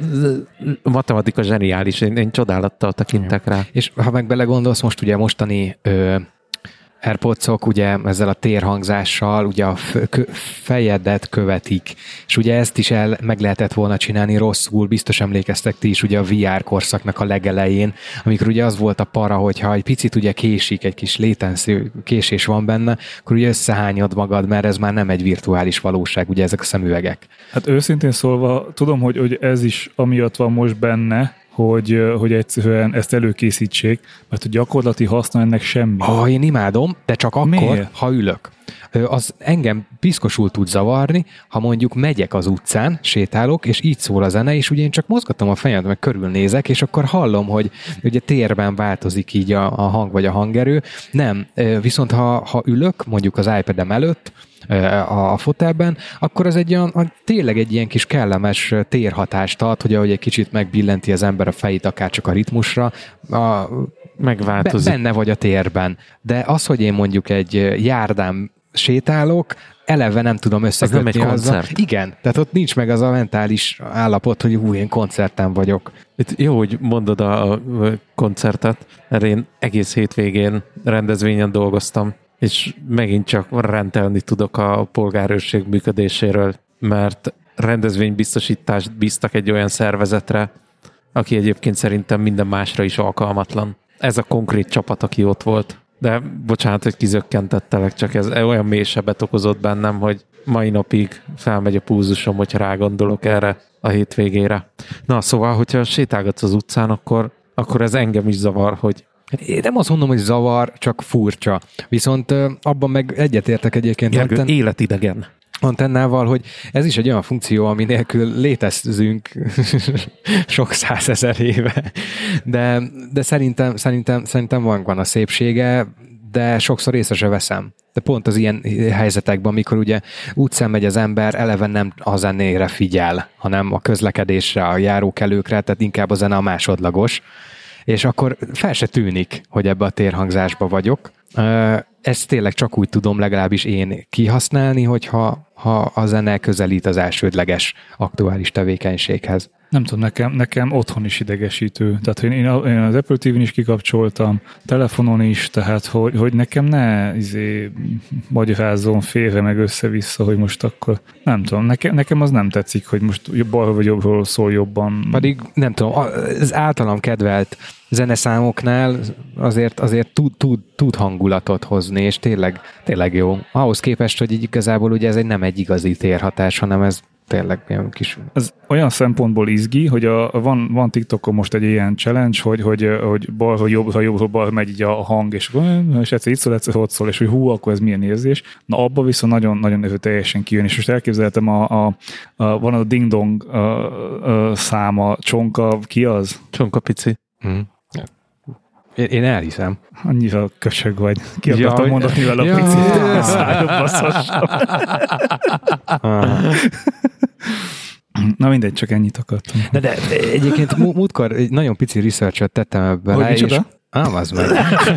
A matematika zseniális, én, én csodálattal tekintek rá. És ha meg belegondolsz, most ugye mostani ö, AirPods-ok ugye ezzel a térhangzással ugye a fejedet követik, és ugye ezt is el meg lehetett volna csinálni rosszul, biztos emlékeztek ti is ugye a vé er korszaknak a legelején, amikor ugye az volt a para, hogyha egy picit ugye késik, egy kis latency késés van benne, akkor ugye összehányod magad, mert ez már nem egy virtuális valóság, ugye ezek a szemüvegek. Hát őszintén szólva, tudom, hogy, hogy ez is amiatt van most benne, hogy, hogy egyszerűen ezt előkészítsék, mert a gyakorlati haszna ennek semmi. Ah, én imádom, de csak akkor, Miért? ha ülök. Az engem piszkosul tud zavarni, ha mondjuk megyek az utcán, sétálok, és így szól a zene, és ugye én csak mozgatom a fejemet, meg körülnézek, és akkor hallom, hogy ugye térben változik így a, a hang vagy a hangerő. Nem, viszont ha, ha ülök, mondjuk az iPad-em előtt, a fotelben, akkor az egy olyan, tényleg egy ilyen kis kellemes térhatást ad, hogy ahogy egy kicsit megbillenti az ember a fejét, akár csak a ritmusra, a, megváltozik. Benne vagy a térben. De az, hogy én mondjuk egy járdán sétálok, eleve nem tudom összekötni az nem egy azzal. koncert. Igen, tehát ott nincs meg az a mentális állapot, hogy hú, én koncerten vagyok. Itt jó, hogy mondod a koncertet, mert én egész hétvégén rendezvényen dolgoztam, és megint csak rendelni tudok a polgárőrség működéséről, mert rendezvénybiztosítást bíztak egy olyan szervezetre, aki egyébként szerintem minden másra is alkalmatlan. Ez a konkrét csapat, aki ott volt. De bocsánat, hogy kizökkentettelek, csak ez olyan mélysebet okozott bennem, hogy mai napig felmegy a pulzusom, hogyha rágondolok erre a hétvégére. Na, szóval, hogyha sétálgatsz az utcán, akkor, akkor ez engem is zavar, hogy én nem azt mondom, hogy zavar, csak furcsa. Viszont abban meg egyetértek egyébként. Gergő, életidegen. antennával, hogy ez is egy olyan funkció, ami nélkül létezünk sok százezer éve. De, de szerintem, szerintem, szerintem van, van a szépsége, de sokszor észre se veszem. De pont az ilyen helyzetekben, amikor ugye útszem megy az ember, eleve nem a zenére figyel, hanem a közlekedésre, a járókelőkre, tehát inkább a zene a másodlagos, és akkor fel se tűnik, hogy ebbe a térhangzásba vagyok. Ezt tényleg csak úgy tudom legalábbis én kihasználni, hogyha ha a zene közelít az elsődleges aktuális tevékenységhez. Nem tudom, nekem, nekem otthon is idegesítő. Tehát én, én az Apple té vén is kikapcsoltam, telefonon is, tehát hogy, hogy nekem ne izé, magyarázzon félre meg össze-vissza, hogy most akkor nem tudom, nekem, nekem az nem tetszik, hogy most balról vagy jobbról szól jobban. Pedig nem tudom, az általam kedvelt zeneszámoknál azért, azért tud, tud, tud hangulatot hozni, és tényleg, tényleg jó. Ahhoz képest, hogy így igazából ugye ez egy nem egy igazi térhatás, hanem ez tényleg ilyen kis... Ez olyan szempontból izgi, hogy a, van, van TikTokon most egy ilyen challenge, hogy, hogy, hogy bal, hogy jobb, ha jobbról bal megy így a hang, és, és egyszer így szól, egyszer ott szól, és hogy hú, akkor ez milyen érzés. Na abba viszont nagyon, nagyon teljesen kijön, és most elképzeltem, a, a, a, van a Ding Dong a, a száma, Csonka, ki az? Csonka pici. Hmm. Én, én elhiszem. Annyira kösög vagy. Ki Ja, akartam mondani vele a ja. picit. Szálljobb basszassam. Na mindegy, csak ennyit akartam. De, de, de egyébként múltkor egy nagyon pici research-ot tettem ebbe. Hogy micsoda? Ám, az meg.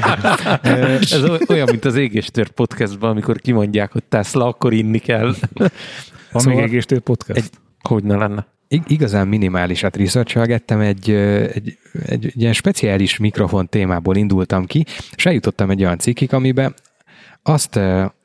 Ez olyan, mint az Égéstör podcastban, amikor kimondják, hogy Tesla, akkor inni kell. Van Szóval még Égéstör podcast? Egy, hogy ne lenne? Igazán minimálisat researchelgettem, egy, egy, egy, egy ilyen speciális mikrofon témából indultam ki, és eljutottam egy olyan cikkig, amiben azt,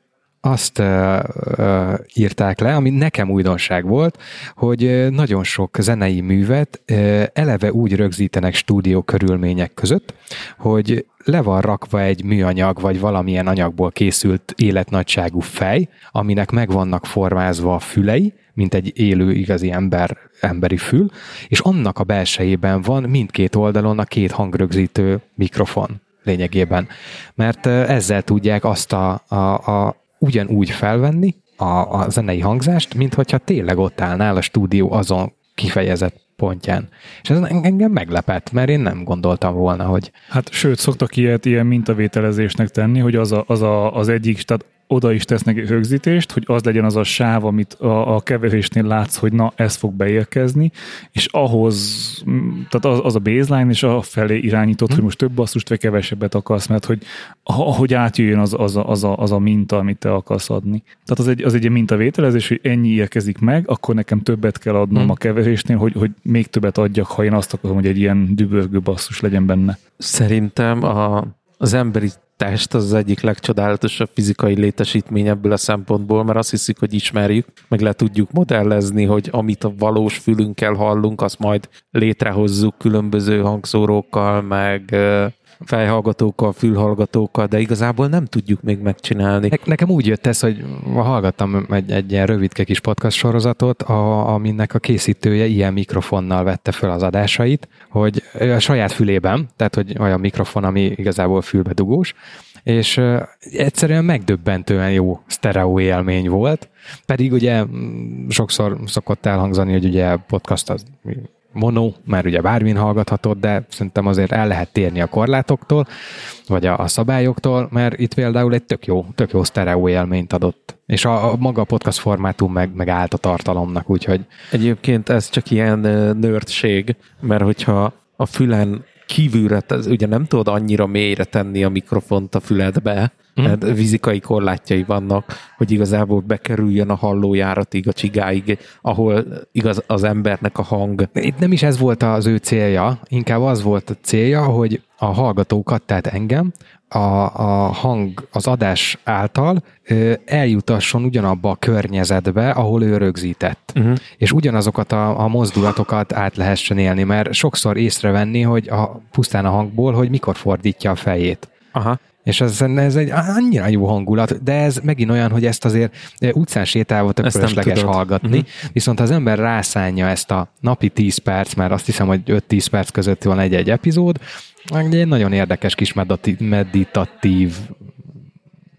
azt uh, uh, írták le, ami nekem újdonság volt, hogy nagyon sok zenei művet uh, eleve úgy rögzítenek stúdió körülmények között, hogy le van rakva egy műanyag, vagy valamilyen anyagból készült életnagyságú fej, aminek meg vannak formázva a fülei, mint egy élő igazi ember, emberi fül, és annak a belsejében van mindkét oldalon a két hangrögzítő mikrofon lényegében. Mert ezzel tudják azt a, a, a ugyanúgy felvenni a, a zenei hangzást, mint hogyha tényleg ott állnál a stúdió azon kifejezett pontján. És ez engem meglepett, mert én nem gondoltam volna, hogy... Hát sőt, szoktak ilyet ilyen mintavételezésnek tenni, hogy az a, az, a, az egyik, tehát oda is tesznek rögzítést, hogy az legyen az a sáv, amit a, a keverésnél látsz, hogy na, ez fog beérkezni, és ahhoz, tehát az, az a baseline, és a felé irányított, hmm. hogy most több basszust vagy kevesebbet akarsz, mert hogy ahogy átjöjjön az, az, a, az, a, az a minta, amit te akarsz adni. Tehát az egy, az egy mintavételezés, hogy ennyi érkezik meg, akkor nekem többet kell adnom hmm. a keverésnél, hogy, hogy még többet adjak, ha én azt akarom, hogy egy ilyen dübörgő basszus legyen benne. Szerintem a, az emberi test az, az egyik legcsodálatosabb fizikai létesítmény ebből a szempontból, mert azt hiszik, hogy ismerjük, meg le tudjuk modellezni, hogy amit a valós fülünkkel hallunk, azt majd létrehozzuk különböző hangszórókkal, meg fejhallgatókkal, fülhallgatókkal, de igazából nem tudjuk még megcsinálni. Ne, nekem úgy jött ez, hogy hallgattam egy, egy ilyen rövidke kis podcast sorozatot, a, aminek a készítője ilyen mikrofonnal vette föl az adásait, hogy a saját fülében, tehát hogy olyan mikrofon, ami igazából fülbedugós, és uh, egyszerűen megdöbbentően jó sztereó élmény volt, pedig ugye sokszor szokott elhangzani, hogy ugye podcast az mono, mert ugye bármin hallgathatod, de szerintem azért el lehet térni a korlátoktól, vagy a, a szabályoktól, mert itt például egy tök jó, tök jó sztereó élményt adott. És a, a maga a podcast formátum meg, meg állt a tartalomnak, úgyhogy... Egyébként ez csak ilyen nördség, mert hogyha a fülen kívülre, ugye nem tudod annyira mélyre tenni a mikrofont a füledbe, mm. mert fizikai korlátjai vannak, hogy igazából bekerüljön a hallójáratig, a csigáig, ahol igaz az embernek a hang. Itt nem is ez volt az ő célja, inkább az volt a célja, hogy a hallgatókat, tehát engem, a, a hang az adás által ö, eljutasson ugyanabba a környezetbe, ahol ő rögzített. Uh-huh. És ugyanazokat a, a mozdulatokat át lehessen élni, mert sokszor észrevenni, hogy a, pusztán a hangból, hogy mikor fordítja a fejét. Aha. És ez, ez egy annyira jó hangulat, de ez megint olyan, hogy ezt azért utcán sétálva tök fölösleges hallgatni, uh-huh. viszont ha az ember rászánja ezt a napi tíz perc, mert azt hiszem, hogy öt-tíz perc között van egy-egy epizód, egy nagyon érdekes kis meditatív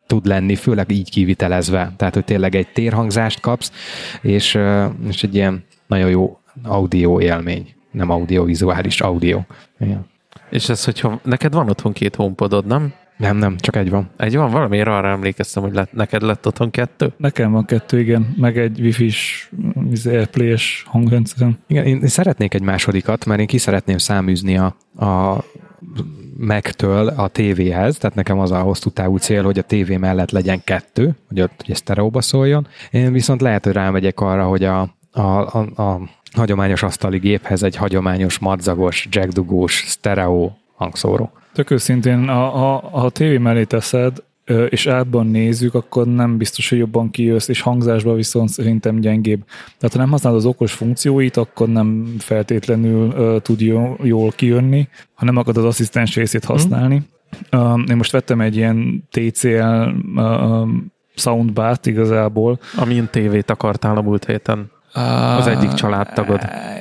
tud lenni, főleg így kivitelezve. Tehát, hogy tényleg egy térhangzást kapsz, és, és egy ilyen nagyon jó audio élmény. Nem audiovizuális, audio. Igen. És ez, hogyha neked van otthon két HomePodod, nem? Nem, nem, csak egy van. Egy van? Valamiért arra emlékeztem, hogy lett, neked lett otthon kettő? Nekem van kettő, igen, meg egy Wi-Fi-s AirPlay-es hangrendszerem. Igen, én szeretnék egy másodikat, mert én ki szeretném száműzni a, a Mac-től a tévéhez, tehát nekem az a hosszú távú cél, hogy a tévé mellett legyen kettő, hogy ott ugye sztereóba szóljon. Én viszont lehet, hogy rámegyek arra, hogy a, a, a, a hagyományos asztali géphez egy hagyományos madzagos, jackdugós, sztereó hangszóró. Tök őszintén, a, a, a tévé mellé teszed, és átban nézzük, akkor nem biztos, hogy jobban kijössz, és hangzásban viszont szerintem gyengébb. Tehát ha nem használod az okos funkcióit, akkor nem feltétlenül uh, tud jól, jól kijönni, ha nem akarod az asszisztens részét használni. Mm. Uh, én most vettem egy ilyen té cé el uh, soundbart igazából. Amilyen tévét akartál a múlt héten. Az egyik családtagod.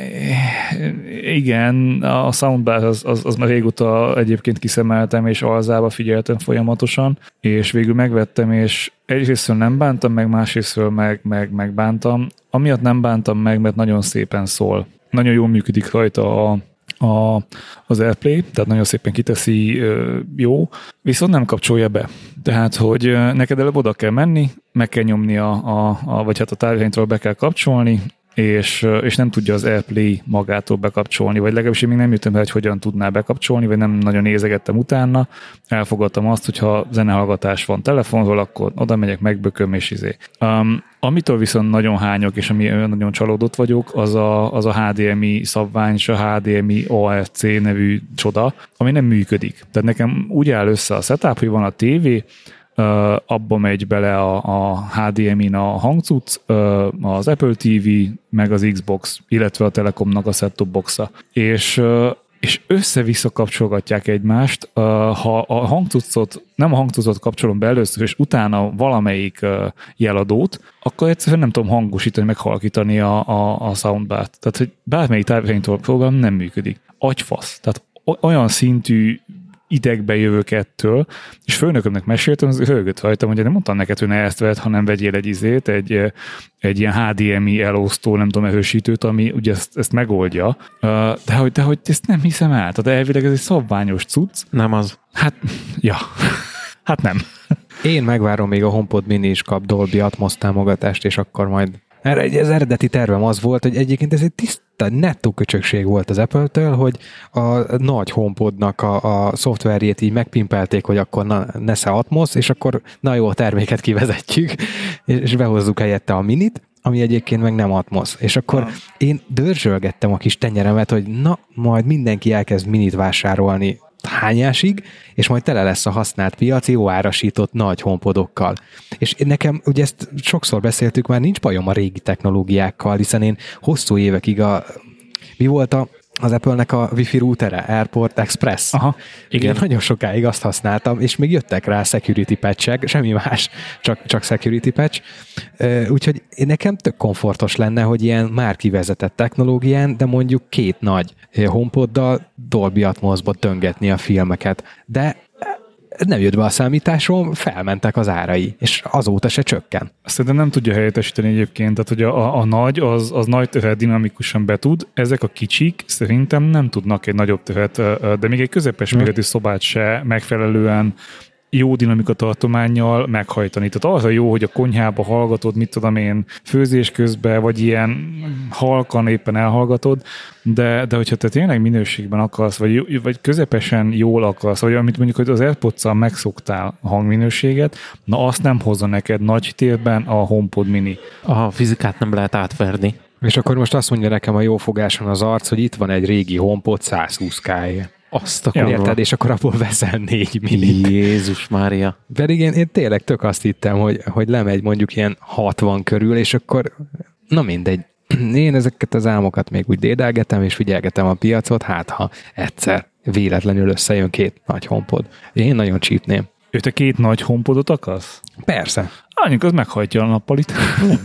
Igen, a soundbar az, az, az már régóta egyébként kiszemeltem, és alzába figyeltem folyamatosan, és végül megvettem, és egyrésztől nem bántam meg, másrésztől meg, meg, meg bántam. Amiatt nem bántam meg, mert nagyon szépen szól. Nagyon jól működik rajta a A, az AirPlay, tehát nagyon szépen kiteszi, jó, viszont nem kapcsolja be. Tehát, hogy neked előbb oda kell menni, meg kell nyomni a, a, a vagy hát a távirányítóval be kell kapcsolni, és, és nem tudja az AirPlay magától bekapcsolni, vagy legalábbis én még nem jöttem be, hogy hogyan tudná bekapcsolni, vagy nem nagyon nézegettem utána. Elfogadtam azt, hogyha zenehallgatás van telefonról, akkor oda megyek, megbököm, és izé. Um, amitől viszont nagyon hányok, és ami nagyon csalódott vagyok, az a, az a há dé em i szabvány, és a há dé em i á er cé nevű csoda, ami nem működik. Tehát nekem úgy áll össze a setup, hogy van a tévé, Uh, abba megy bele a, a há dé em in a hangcucc, uh, az Apple té vé, meg az Xbox, illetve a Telekomnak a set-top boxa. És, uh, és össze-vissza kapcsolgatják egymást. Uh, ha a hangcuccot, nem a hangcuccot kapcsolom be először, és utána valamelyik uh, jeladót, akkor egyszerűen nem tudom hangosítani, meghalkítani a, a, a soundbart. Tehát, hogy bármelyik távirányító program nem működik. Agyfasz. Tehát olyan szintű idegbe jövök ettől, és főnökömnek meséltem, az hölgött rajtam, hogy nem mondtam neked, hogy ne ezt vedd, hanem vegyél egy izét, egy, egy ilyen há dé em i elosztó, nem tudom, erősítőt, ami ugye ezt, ezt megoldja. De hogy, de hogy ezt nem hiszem el. Tehát elvileg ez egy szabványos cucc. Nem az. Hát, ja. Hát nem. Én megvárom, még a HomePod Mini is kap Dolby Atmos támogatást, és akkor majd erre az eredeti tervem az volt, hogy egyébként ez egy tiszta, nettó köcsökség volt az Apple-től, hogy a nagy HomePodnak a, a szoftverjét így megpimpelték, hogy akkor na, nesze Atmos, és akkor na jó, a terméket kivezetjük, és behozzuk helyette a Minit, ami egyébként meg nem Atmos. És akkor ah. én dörzsölgettem a kis tenyeremet, hogy na, majd mindenki elkezd Minit vásárolni hányásig, és majd tele lesz a használt piac jó árasított nagy HomePodokkal. És nekem, ugye ezt sokszor beszéltük, már nincs bajom a régi technológiákkal, hiszen én hosszú évekig a... Mi volt a, az Apple-nek a Wi-Fi routere? Airport Express. Aha, igen. Én nagyon sokáig azt használtam, és még jöttek rá security patch-ek, semmi más, csak, csak security patch. Úgyhogy nekem tök komfortos lenne, hogy ilyen már kivezetett technológián, de mondjuk két nagy HomePoddal Dolby Atmosba döngetni a filmeket. De nem jött be a számításom, felmentek az árai, és azóta se csökken. Szerintem nem tudja helyettesíteni egyébként, tehát hogy a, a, a nagy, az, az nagy tövet dinamikusan betud, ezek a kicsik szerintem nem tudnak egy nagyobb tövet, de még egy közepes méretű szobát se megfelelően jó dinamikatartománnyal meghajtani. Tehát arra jó, hogy a konyhába hallgatod, mit tudom én, főzés közben, vagy ilyen halkan éppen elhallgatod, de, de hogyha te tényleg minőségben akarsz, vagy, vagy közepesen jól akarsz, vagy amit mondjuk, hogy az AirPods-szal megszoktál a hangminőséget, na azt nem hozza neked nagy térben a HomePod Mini. A fizikát nem lehet átverni. És akkor most azt mondja nekem a jó fogáson az arc, hogy itt van egy régi HomePod száz húsz ká-ért. Azt a ja, érted, és akkor abból veszel négy millit. Jézus Mária. Pedig én, én tényleg tök azt hittem, hogy, hogy lemegy mondjuk ilyen hatvan körül, és akkor na mindegy. Én ezeket az álmokat még úgy dédelgetem, és figyelgetem a piacot, hát ha egyszer véletlenül összejön két nagy HomePod. Én nagyon csípném. Ő te két nagy HomePodot akarsz? Persze. Annyi, az meghajtja a nappalit.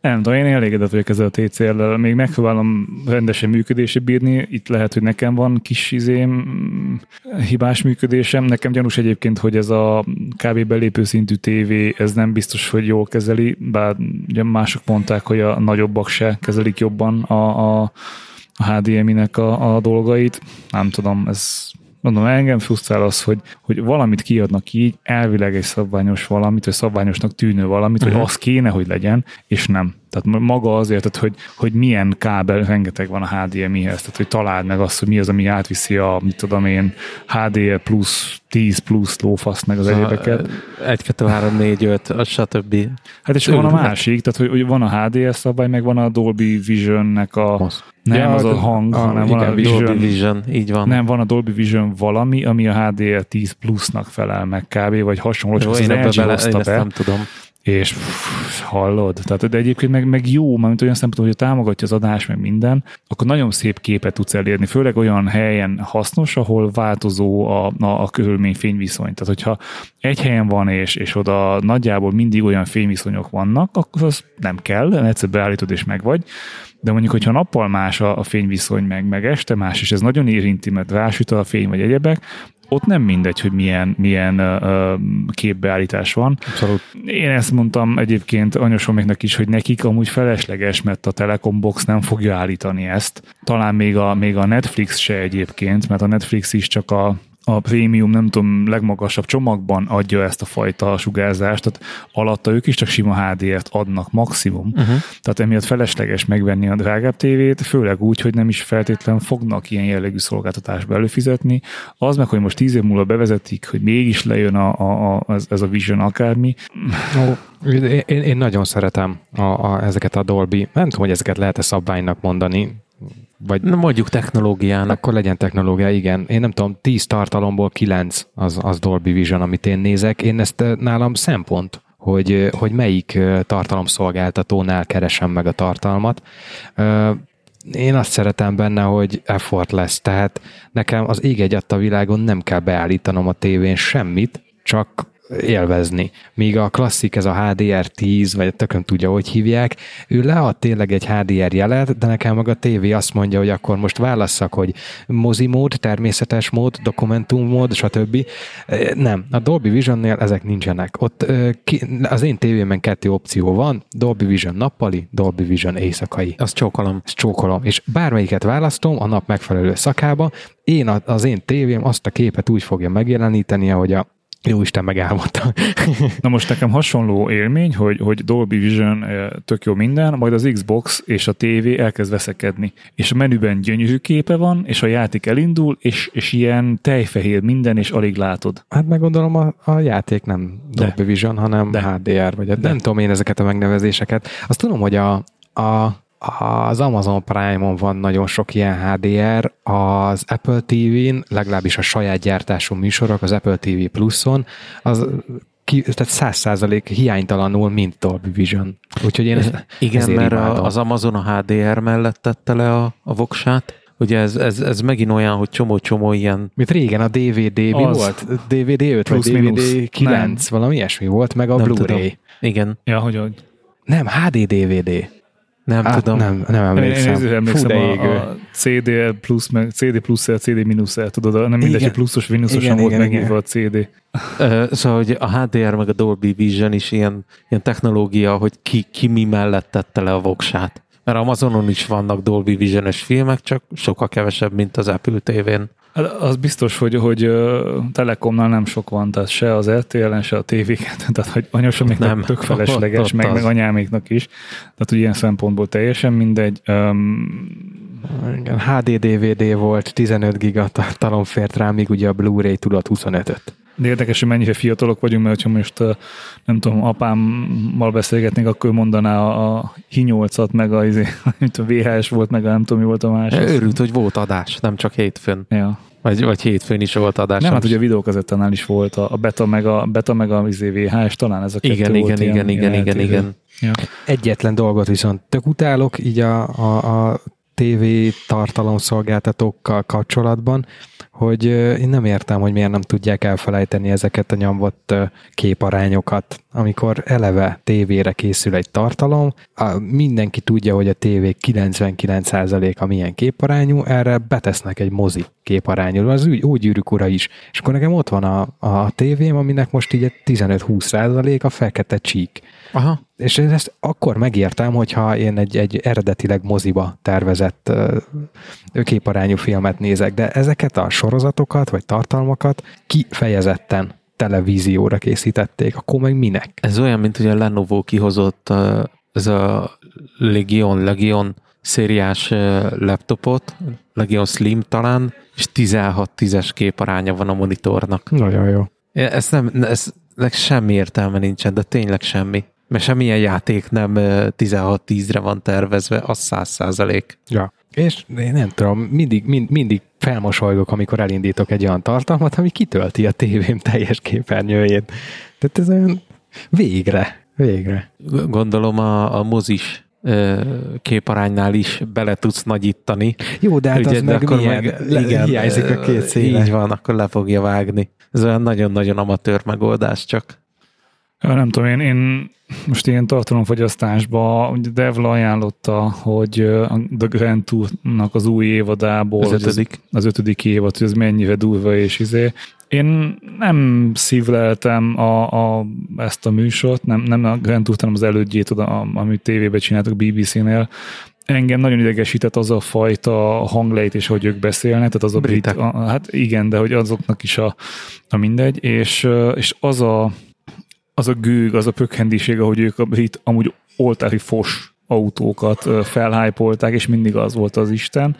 Nem tudom, én elégedett vagyok ezzel a té cé el-lel. Még megpróbálom rendesen működésé bírni. Itt lehet, hogy nekem van kis izém, hibás működésem. Nekem gyanús egyébként, hogy ez a kb. Belépő szintű tévé, ez nem biztos, hogy jól kezeli, bár ugye mások mondták, hogy a nagyobbak se kezelik jobban a, a, a há dé em i-nek a, a dolgait. Nem tudom, ez... Mondom, engem frusztrál az, hogy, hogy valamit kiadnak így, elvileg egy szabványos valamit, vagy szabványosnak tűnő valamit, uh-huh. hogy az kéne, hogy legyen, és nem. Tehát maga azért, tehát, hogy, hogy milyen kábel rengeteg van a há dé em i-hez, tehát hogy találd meg azt, hogy mi az, ami átviszi a, mit tudom én, há dé er plusz, tíz plusz lófasz meg az egyébeket. egy, kettő, három, négy, öt, az stb. Hát és van a másik, tehát hogy, hogy van a há dé er szabvány, meg van a Dolby Vision-nek a... Most. Nem ja, az a hang, a, hanem igen, van a Vision, Dolby Vision, így van. Nem, van a Dolby Vision valami, ami a há dé er tíz plusznak felel meg kb. Vagy hasonló, csak az az el gé bele, hozta be. Nem tudom. És pff, hallod, tehát, de egyébként meg, meg jó, mert olyan szempontból, hogy támogatja az adás, meg minden, akkor nagyon szép képet tudsz elérni, főleg olyan helyen hasznos, ahol változó a, a, a körülmény fényviszony. Tehát, hogyha egy helyen van, és, és oda nagyjából mindig olyan fényviszonyok vannak, akkor az nem kell, egyszer beállítod, és meg vagy. De mondjuk, hogyha nappal más a, a fényviszony, meg, meg este más, és ez nagyon érinti, mert rásüt a fény, vagy egyebek, ott nem mindegy, hogy milyen, milyen uh, képbeállítás van. Abszolút. Én ezt mondtam egyébként anyasoméknak is, hogy nekik amúgy felesleges, mert a Telekom Box nem fogja állítani ezt. Talán még a, még a Netflix se egyébként, mert a Netflix is csak a a prémium, nem tudom, legmagasabb csomagban adja ezt a fajta sugárzást, tehát alatta ők is csak sima há dé ert adnak maximum. Uh-huh. Tehát emiatt felesleges megvenni a drágább tévét, főleg úgy, hogy nem is feltétlenül fognak ilyen jellegű szolgáltatásba előfizetni. Az meg, hogy most tíz év múlva bevezetik, hogy mégis lejön a, a, a, ez, ez a Vision akármi. Oh, én, én nagyon szeretem a, a, ezeket a Dolby, nem tudom, hogy ezeket lehet-e szabványnak mondani, vagy nem mondjuk technológiának. Akkor legyen technológia, igen. Én nem tudom, tíz tartalomból kilenc az, az Dolby Vision, amit én nézek. Én ezt nálam szempont, hogy, hogy melyik tartalomszolgáltatónál keresem meg a tartalmat. Én azt szeretem benne, hogy effort lesz, tehát nekem az ég egy a világon nem kell beállítanom a tévén semmit, csak élvezni. Míg a klasszik, ez a há dé er tíz, vagy tökön tudja, hogy hívják, ő lead tényleg egy há dé er jelet, de nekem meg a tévé azt mondja, hogy akkor most válasszak, hogy mozi mód, természetes mód, dokumentum mód, stb. Nem, a Dolby Visionnél ezek nincsenek. Ott az én tévémben kettő opció van, Dolby Vision nappali, Dolby Vision éjszakai. Azt csókolom. Azt csókolom. És bármelyiket választom a nap megfelelő szakába, én az én tévém azt a képet úgy fogja megjeleníteni, ahogy a Jóisten megálmodta. Na most nekem hasonló élmény, hogy, hogy Dolby Vision tök jó minden, majd az Xbox és a tévé elkezd veszekedni. És a menüben gyönyörű képe van, és a játék elindul, és, és ilyen tejfehér minden, és alig látod. Hát meggondolom, a, a játék nem Dolby Vision, hanem de. há dé er, vagy de. Nem tudom én ezeket a megnevezéseket. Azt tudom, hogy a, a az Amazon Prime-on van nagyon sok ilyen há dé er, az Apple té vén, legalábbis a saját gyártású műsorok, az Apple té vé Pluson, az ki, tehát száz százalék hiánytalanul, mint Dolby Vision. Úgyhogy én ezt, igen, mert imádom. Az Amazon a há dé er mellett tette le a, a voksát. Ugye ez, ez, ez megint olyan, hogy csomó-csomó ilyen... Mint régen a dé vé dé, mi az volt? dé vé dé öt vagy dé vé dé kilenc, nem. Valami ilyesmi volt, meg a nem Blu-ray. Tudom. Igen. Ja, hogy hogy? Nem, há dé dé vé dé. Nem hát, tudom. Nem, nem emlékszem. Én, én emlékszem a, a cé dé plusz, meg cé dé plusz-el, cé dé mínusz-el, tudod, nem mindegy, hogy pluszos, mínuszos volt megírva a cé dé. Uh, szóval, hogy a há dé er meg a Dolby Vision is ilyen, ilyen technológia, hogy ki, ki mi mellett tette le a voksát. Mert Amazonon is vannak Dolby Vision-es filmek, csak sokkal kevesebb, mint az Apple té vén. Az biztos, hogy, hogy Telekomnál nem sok van, tehát se az er té el-en, se a tévéken, tehát hogy anyósomiknak tök felesleges, ott, ott meg, meg anyáméknak is. Tehát ugye ilyen szempontból teljesen mindegy. Um, Igen, há dé dé vé dé volt, tizenöt giga talon fért rá, míg ugye a Blu-ray tudott huszonötöt. De érdekes, hogy mennyire fiatalok vagyunk, mert ha most nem tudom, apámmal beszélgetnék, akkor mondaná a, a hí nyolcat, meg a, a vé há es volt, meg a nem tudom, mi volt a másik. Örült, hogy volt adás, nem csak hétfőn. Ja. Vagy, vagy hétfőn is volt adás. Nem, hát ugye a videókazettánál is volt a, a beta, meg a, beta, meg a vé há es, talán ez a kettő igen, volt. Igen, ilyen, igen, ilyen igen, igen, igen. Ja. Egyetlen dolgot viszont tök utálok, így a, a, a té vé tartalomszolgáltatókkal kapcsolatban, hogy én nem értem, hogy miért nem tudják elfelejteni ezeket a nyomvott képarányokat, amikor eleve tévére készül egy tartalom, a, mindenki tudja, hogy a tévé kilencvenkilenc százaléka milyen képarányú, erre betesznek egy mozi képarányú, az úgy, úgy Gyűrűk ura is. És akkor nekem ott van a, a tévém, aminek most így tizenöt-húsz százalék a fekete csík. Aha. És én ezt akkor megértem, hogyha én egy, egy eredetileg moziba tervezett uh, képarányú filmet nézek, de ezeket a sorozatokat vagy tartalmakat kifejezetten televízióra készítették, akkor meg minek? Ez olyan, mint ugye a Lenovo kihozott uh, ez a Legion, Legion szériás uh, laptopot, Legion Slim talán, és tizenhat tízes képaránya van a monitornak. Nagyon jó. Ez nem, ez, ez semmi értelme nincsen, de tényleg semmi. Mert semmilyen játék nem tizenhat tízre van tervezve, az száz százalék. Ja. És én nem tudom, mindig, mind, mindig felmosolygok, amikor elindítok egy olyan tartalmat, ami kitölti a tévém teljes képernyőjét. Tehát ez olyan végre, végre. Gondolom a, a mozis képaránynál is bele tudsz nagyítani. Jó, de hát ugye, az meg akkor milyen, meg, le, igen, hiányzik a két széle. Így van, akkor le fogja vágni. Ez olyan nagyon-nagyon amatőr megoldás csak. Ja, nem tudom, én, én most ilyen tartalomfogyasztásban, ugye Devla ajánlotta, hogy a The Grand Tour-nak az új évadából, az ötödik, az, az ötödik évad, hogy ez mennyire durva és izé. Én nem szívleltem a, a, ezt a műsort, nem, nem a Grand Tour-t, hanem az elődjét, oda, amit tévében csináltak bé bé cé-nél. Engem nagyon idegesített az a fajta hanglejtés, hogy ők beszélnek, tehát az a brit, a, hát igen, de hogy azoknak is a, a mindegy, és, és az a az a gőg, az a pökhendiség, ahogy ők a brit amúgy oltári fos autókat felhájpolták, és mindig az volt az Isten,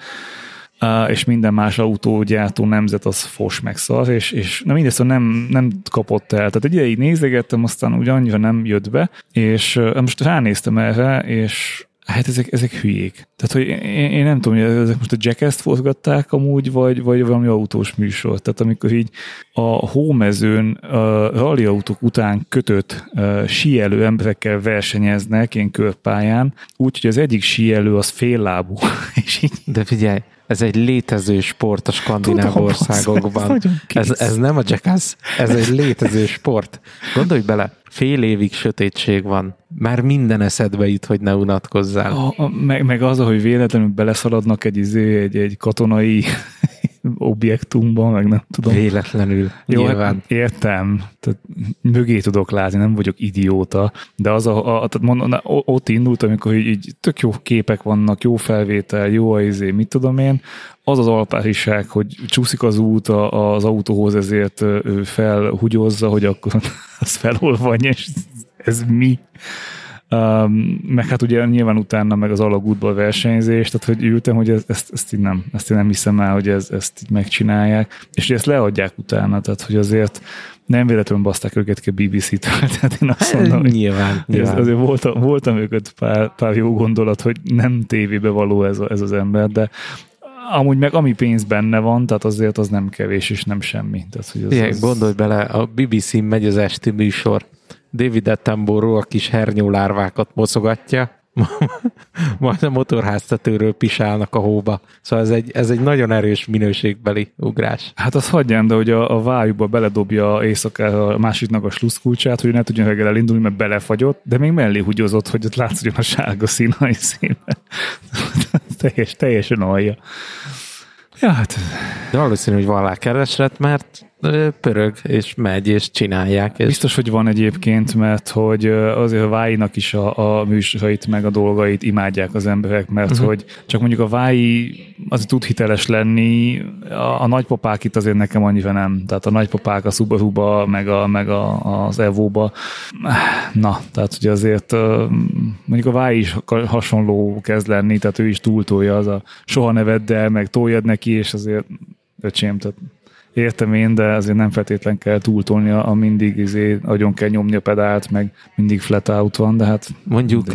és minden más autógyártó nemzet az fos meg szar, és, és na mindezt nem, nem kapott el. Tehát egy ideig nézegettem, aztán úgy annyira nem jött be, és most ránéztem erre, és hát ezek, ezek hülyék. Tehát, hogy én, én nem tudom, hogy ezek most a Jackass-t forgatták amúgy, vagy, vagy valami autós műsor. Tehát amikor így a hómezőn a rallyautók után kötött uh, síelő emberekkel versenyeznek ilyen körpályán, úgyhogy az egyik síelő az féllábú. És így... De figyelj, ez egy létező sport a skandináv Tudom, országokban. Ez, ez, ez nem a Jackass, ez egy létező sport. Gondolj bele, fél évig sötétség van. Már minden eszedbe jut, hogy ne unatkozzál. A, a, meg, meg az, hogy véletlenül beleszaladnak egy, izé, egy, egy katonai objektumban, meg nem tudom. Véletlenül. Jó, nyilván. Hát értem. Tehát mögé tudok látni, nem vagyok idióta, de az a, a tehát mondom, na, ott indult, amikor így, így tök jó képek vannak, jó felvétel, jó a izé, mit tudom én, az az alpáriság, hogy csúszik az út az autóhoz, ezért ő felhugyozza, hogy akkor az felolvanja, és ez mi? Um, meg hát ugye nyilván utána meg az alagútból versenyzés, tehát hogy ültem, hogy ez, ezt, ezt, így nem, ezt én nem hiszem el, hogy ez, ezt így megcsinálják, és ezt leadják utána, tehát hogy azért nem véletlenül baszták őket ki a bé bé cé-től, tehát én azt mondom, hogy nyilván, nyilván. azért voltam, voltam őket pár, pár jó gondolat, hogy nem tévébe való ez, a, ez az ember, de amúgy meg ami pénz benne van, tehát azért az nem kevés és nem semmi. Tehát, hogy az, Igen, az... Gondolj bele, a bé bé cén megy az esti műsor, David Attenborough a kis hernyólárvákat mosogatja, majd a motorháztetőről pisálnak a hóba. Szóval ez egy, ez egy nagyon erős minőségbeli ugrás. Hát az hagyján, de hogy a, a vájúba beledobja éjszakára a másiknak a sluszkulcsát, hogy ne tudjon reggel elindulni, mert belefagyott, de még mellé húgyozott, hogy ott látszódjon a sárga szín a színben. Teljes, teljesen alja. Ja, hát... De valószínű, hogy van rá kereslet, mert pörög, és megy, és csinálják. És... Biztos, hogy van egyébként, mert hogy azért a Váinak is a, a műsorait, meg a dolgait imádják az emberek, mert uh-huh. hogy csak mondjuk a Vái azért tud hiteles lenni, a, a nagypapák itt azért nekem annyira nem. Tehát a nagypapák a Subaruba, meg, a, meg a, az Evo-ba. Na, tehát hogy azért mondjuk a Vái is hasonló kezd lenni, tehát ő is túltolja, az a soha ne vedd el, meg toljad neki, és azért öcsém, tehát értem én, de azért nem feltétlen kell túltolni, a mindig izé, agyon kell nyomni a pedált, meg mindig flat out van, de hát mondjuk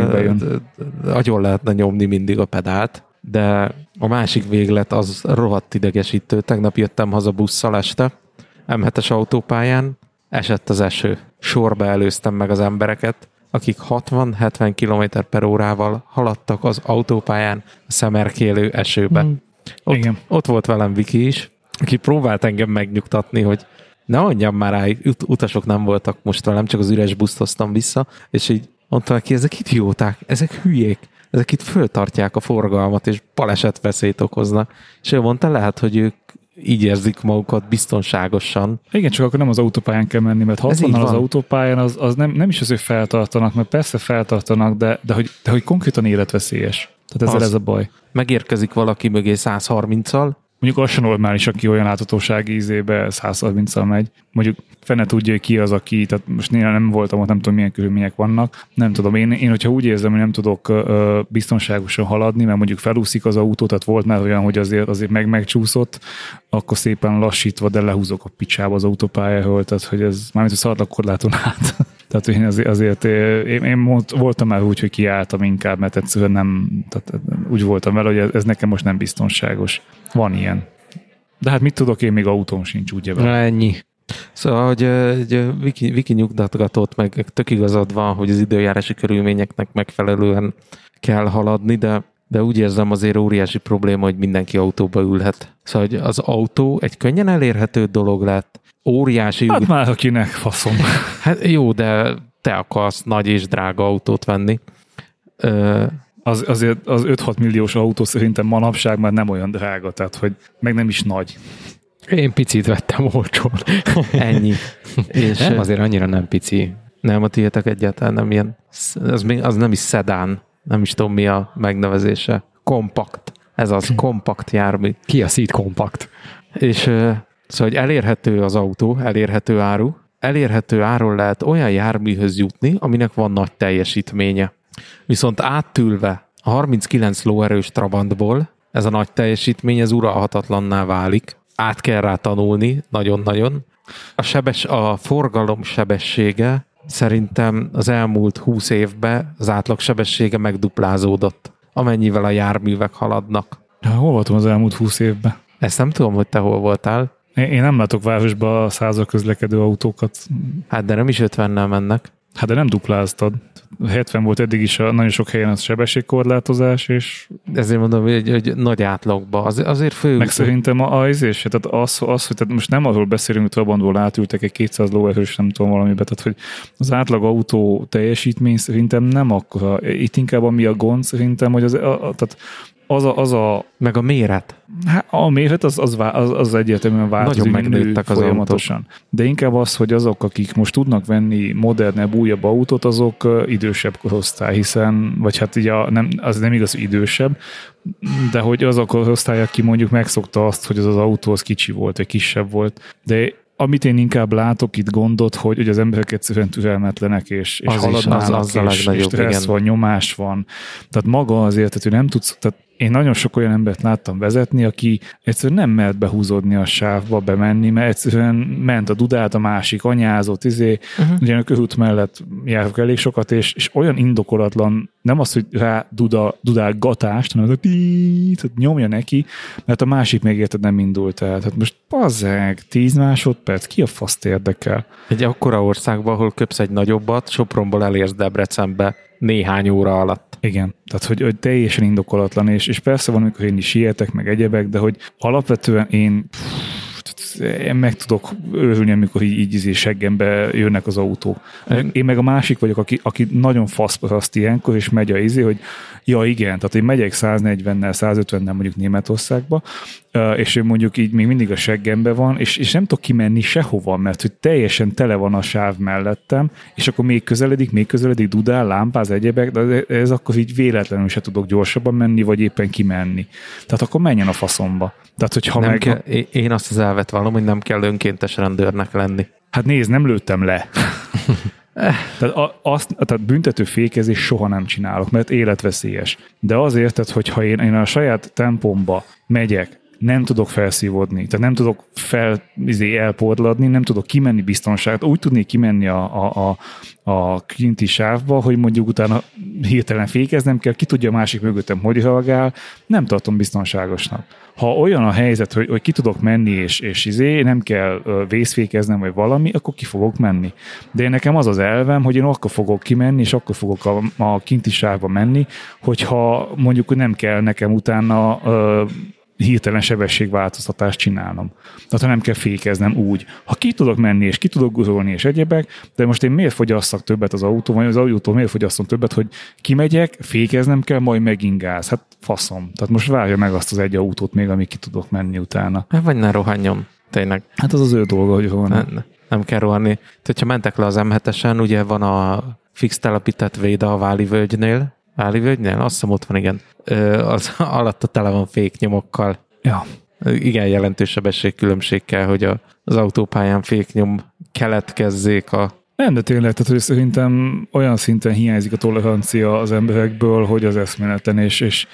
agyon lehetne nyomni mindig a pedált, de a másik véglet az rohadt idegesítő. Tegnap jöttem haza busszal este, em hetes autópályán, esett az eső. Sorba előztem meg az embereket, akik hatvan-hetven kilométer per órával haladtak az autópályán a szemerkélő esőbe. Mm. Ott, ott volt velem Viki is, aki próbált engem megnyugtatni, hogy ne mondjam már rá, ut- utasok nem voltak most velem, csak az üres buszt hoztam vissza, és így mondtam neki, ezek idióták, ezek hülyék, ezek itt föltartják a forgalmat, és balesetveszélyt okoznak. És ő mondta, lehet, hogy ők így érzik magukat biztonságosan. Igen, csak akkor nem az autópályán kell menni, mert ha ott van az autópályán, az, az nem, nem is az, hogy feltartanak, mert persze feltartanak, de, de, hogy, de hogy konkrétan életveszélyes. Tehát ezzel az, ez a baj. Megérkezik valaki mögé száz harminccal, mondjuk az sem normális, aki olyan láthatósági ízébe száz harminccal megy. Mondjuk fene tudja, hogy ki az, aki, tehát most néha nem voltam ott, nem tudom, milyen körülmények vannak. Nem tudom, én, én hogyha úgy érzem, hogy nem tudok ö, biztonságosan haladni, mert mondjuk felúszik az autó, tehát volt már olyan, hogy azért, azért meg megcsúszott, akkor szépen lassítva, de lehúzok a picsába az autópályáról, tehát hogy ez mármint a szarlakkorláton át. Tehát én azért, azért én, én voltam már úgy, hogy kiálltam inkább, mert egyszerűen nem, tehát úgy voltam vele, hogy ez, ez nekem most nem biztonságos. Van ilyen. De hát mit tudok, én még autón sincs, ugye vele. Ennyi. Szóval, hogy, hogy Viki, Viki nyugtatgatott, meg tök igazad van, hogy az időjárási körülményeknek megfelelően kell haladni, de, de úgy érzem azért óriási probléma, hogy mindenki autóba ülhet. Szóval, hogy az autó egy könnyen elérhető dolog lett, óriási... Hát már akinek faszom. Hát jó, de te akarsz nagy és drága autót venni. Ö... Az, azért az öt-hat milliós autó szerintem manapság már nem olyan drága, tehát hogy meg nem is nagy. Én picit vettem olcsón. Ennyi. És nem, azért annyira nem pici. Nem, a tiétek egyáltalán nem ilyen. Az, még, az nem is szedán. Nem is tudom, mi a megnevezése. Kompakt. Ez az, kompakt jármű. Ki a Seat kompakt? És szóval, hogy elérhető az autó, elérhető áru. Elérhető áron lehet olyan járműhöz jutni, aminek van nagy teljesítménye. Viszont áttülve a harminckilenc lóerős Trabantból ez a nagy teljesítmény, ez uralhatatlanná válik. Át kell rá tanulni, nagyon-nagyon. A, sebes, a forgalom sebessége szerintem az elmúlt húsz évben az átlag sebessége megduplázódott, amennyivel a járművek haladnak. De hol voltam az elmúlt húsz évben? Ezt nem tudom, hogy te hol voltál. Én nem látok városba százal közlekedő autókat. Hát de nem is ötvennel mennek. Hát de nem dupláztad. hetven volt eddig is a, nagyon sok helyen az sebességkorlátozás, és... Ezért mondom, hogy, hogy nagy átlagban. Az, azért fő... Meg szerintem az, és tehát az, az, hogy tehát most nem arról beszélünk, hogy Trabantból átültek egy kétszáz lóerős, nem tudom valamibe, tehát hogy az átlag autó teljesítmény szerintem nem akkora. Itt inkább ami a gond szerintem, hogy az, a, a, tehát az a, az a... Meg a méret. Hát a méret az, az, az, az egyértelműen változik. Nagyon megnőttek az folyamatosan. Autók. De inkább az, hogy azok, akik most tudnak venni modernebb, újabb autót, azok idősebb korosztály, hiszen, vagy hát ugye nem, az nem igaz, hogy idősebb, de hogy az a korosztály, aki mondjuk megszokta azt, hogy az az autó az kicsi volt, vagy kisebb volt. De amit én inkább látok itt gondot, hogy, hogy az emberek egyszerűen türelmetlenek, és, és haladnának, az, az és, és stressz igen. van, nyomás van. Tehát maga azért, hogy nem tudsz, tehát én nagyon sok olyan embert láttam vezetni, aki egyszerűen nem mert behúzódni a sávba, bemenni, mert egyszerűen ment a dudát, a másik anyázott, izé, uh-huh. ugye a körút mellett járok elég sokat, és, és olyan indokolatlan, nem az, hogy rá duda, dudálgatást, hanem az, hogy nyomja neki, mert a másik még érted nem indult el. Tehát most pazzeg, tíz másodperc, ki a faszt érdekel? Egy akkora országban, ahol köpsz egy nagyobbat, Sopronból elérsz Debrecenbe néhány óra alatt. Igen, tehát hogy, hogy teljesen indokolatlan, és, és persze van, amikor én is sietek, meg egyebek, de hogy alapvetően én, pff, én meg tudok örülni, amikor így, így, így seggembe jönnek az autók. Én meg a másik vagyok, aki, aki nagyon faszparaszt ilyenkor, és megy a izé, hogy ja igen, tehát én megyek száznegyvennel, százötvennel mondjuk Németországba, és ő mondjuk így még mindig a seggembe van, és, és nem tudok kimenni sehova, mert hogy teljesen tele van a sáv mellettem, és akkor még közeledik, még közeledik, dudál, lámpáz, egyebek, de ez akkor így véletlenül se tudok gyorsabban menni, vagy éppen kimenni. Tehát akkor menjen a faszomba. Tehát, hogyha nem meg... kell, én azt az elvet vallom, hogy nem kell önkéntes rendőrnek lenni. Hát nézd, nem lőttem le. Tehát, a, azt, tehát büntető fékezés soha nem csinálok, mert életveszélyes. De azért, tehát, hogyha én, én a saját tempomba megyek, nem tudok felszívódni, tehát nem tudok fel, izé, elporladni, nem tudok kimenni biztonságot. Úgy tudnék kimenni a, a, a, a kinti sávba, hogy mondjuk utána hirtelen fékeznem kell, ki tudja a másik mögöttem, hogy reagál, nem tartom biztonságosnak. Ha olyan a helyzet, hogy, hogy ki tudok menni, és, és izé, nem kell vészfékeznem, vagy valami, akkor ki fogok menni. De én nekem az az elvem, hogy én akkor fogok kimenni, és akkor fogok a, a kinti sávba menni, hogyha mondjuk nem kell nekem utána hirtelen sebességváltoztatást csinálnom. Tehát ha nem kell fékeznem úgy. Ha ki tudok menni, és ki tudok gurulni, és egyebek, de most én miért fogyasszak többet az autó, vagy az autó miért fogyasszom többet, hogy kimegyek, fékeznem kell, majd megint gáz. Hát faszom. Tehát most várja meg azt az egy autót még, amíg ki tudok menni utána. Vagy ne rohanjon, tényleg. Hát az az ő dolga, hogy rohanni. Nem, nem kell rohanni. Tehát, ha mentek le az em hetesen, ugye van a fix telepített véda a Váli völgynél. Váli völgynél? Azt hiszem ott van, igen. Az alatta tele van féknyomokkal. Ja. Igen, jelentős sebességkülönbség kell, hogy a, az autópályán féknyom keletkezzék a... Nem, de tényleg, tehát hogy szerintem olyan szinten hiányzik a tolerancia az emberekből, hogy az eszméleten, és, és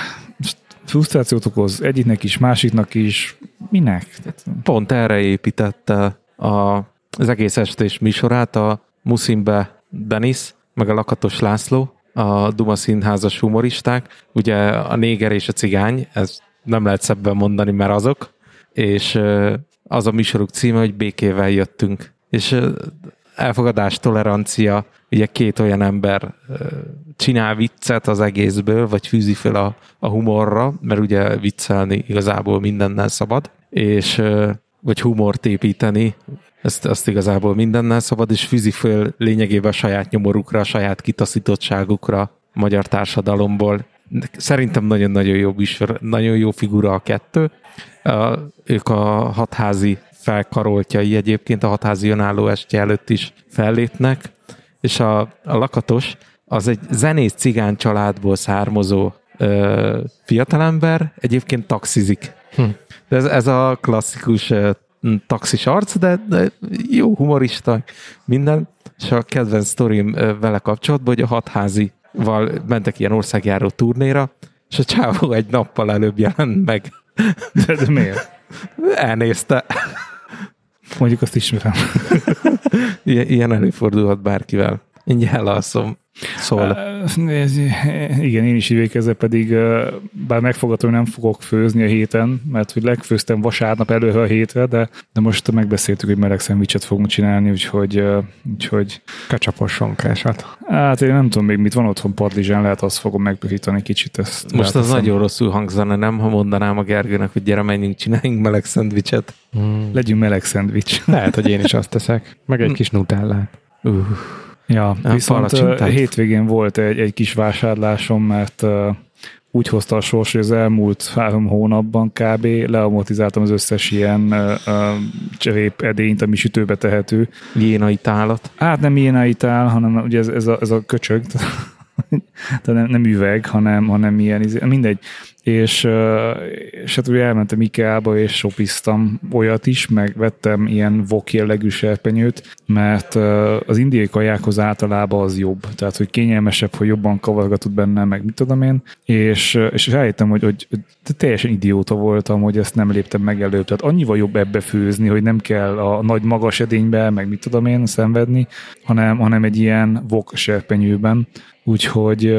frusztrációt okoz egyiknek is, másiknak is. Minek? Pont erre építette a, az egész estés műsorát a Muszimbe Denis, meg a Lakatos László, a Duma színházas humoristák. Ugye a néger és a cigány, ez nem lehet szebben mondani, mert azok, és az a műsoruk címe, hogy békével jöttünk. És elfogadás, tolerancia, ugye két olyan ember csinál viccet az egészből, vagy fűzi fel a, a humorra, mert ugye viccelni igazából mindennel szabad, és vagy humort építeni, ezt, ezt igazából mindennel szabad, és fűzi föl lényegében a saját nyomorukra, a saját kitaszítottságukra a magyar társadalomból. Szerintem nagyon-nagyon jó műsor, nagyon jó figura a kettő. A, ők a hatházi felkaroltjai egyébként, a hatházi önálló estje előtt is fellépnek, és a, a Lakatos az egy zenész cigány családból származó ö, fiatalember, egyébként taxizik. Hm. De ez, ez a klasszikus ö, taxis arc, de, de jó humorista, minden. És a kedvenc sztorim ö, vele kapcsolatban, hogy a hatházival mentek ilyen országjáró turnéra, és a csávó egy nappal előbb jelent meg. De, de miért? Elnézte. Mondjuk azt ismerem. Ilyen előfordulhat bárkivel. Ingyen elalszom. Szól. Igen, én is így végezve, pedig bár megfogadom, hogy nem fogok főzni a héten, mert hogy legfőztem vasárnap előre a hétre, de, de most megbeszéltük, hogy meleg szendvicset fogunk csinálni, úgyhogy... úgyhogy Kacsapos sonkásat. Hát én nem tudom még mit van otthon, padlizsán, lehet azt fogom megpörítani kicsit. Ezt most az nagyon rosszul hangzana, nem? Ha mondanám a Gergőnek, hogy gyere, menjünk, csináljunk meleg szendvicset. Hmm. Legyünk meleg szendvics. Lehet, hogy én is azt teszek. Meg egy kis nutellát. Uh. Ja, ja, viszont uh, hétvégén volt egy, egy kis vásárlásom, mert uh, úgy hozta a sors, hogy az elmúlt három hónapban kb. Leamortizáltam az összes ilyen uh, uh, cserép edényt, ami sütőbe tehető. Jénai tálat. Hát nem jénai tál, hanem ugye ez, ez, a, ez a köcsög, tehát nem, nem üveg, hanem, hanem ilyen, mindegy. És, és hát ugye elmentem Ikeába, és shopiztam olyat is, meg vettem ilyen wok jellegű serpenyőt, mert az indiai kajákhoz általában az jobb. Tehát, hogy kényelmesebb, hogy jobban kavargatott benne, meg mit tudom én. És, és rájöttem, hogy, hogy teljesen idióta voltam, hogy ezt nem léptem meg előbb. Tehát annyival jobb ebbe főzni, hogy nem kell a nagy magas edénybe, meg mit tudom én szenvedni, hanem, hanem egy ilyen wok serpenyőben. Úgyhogy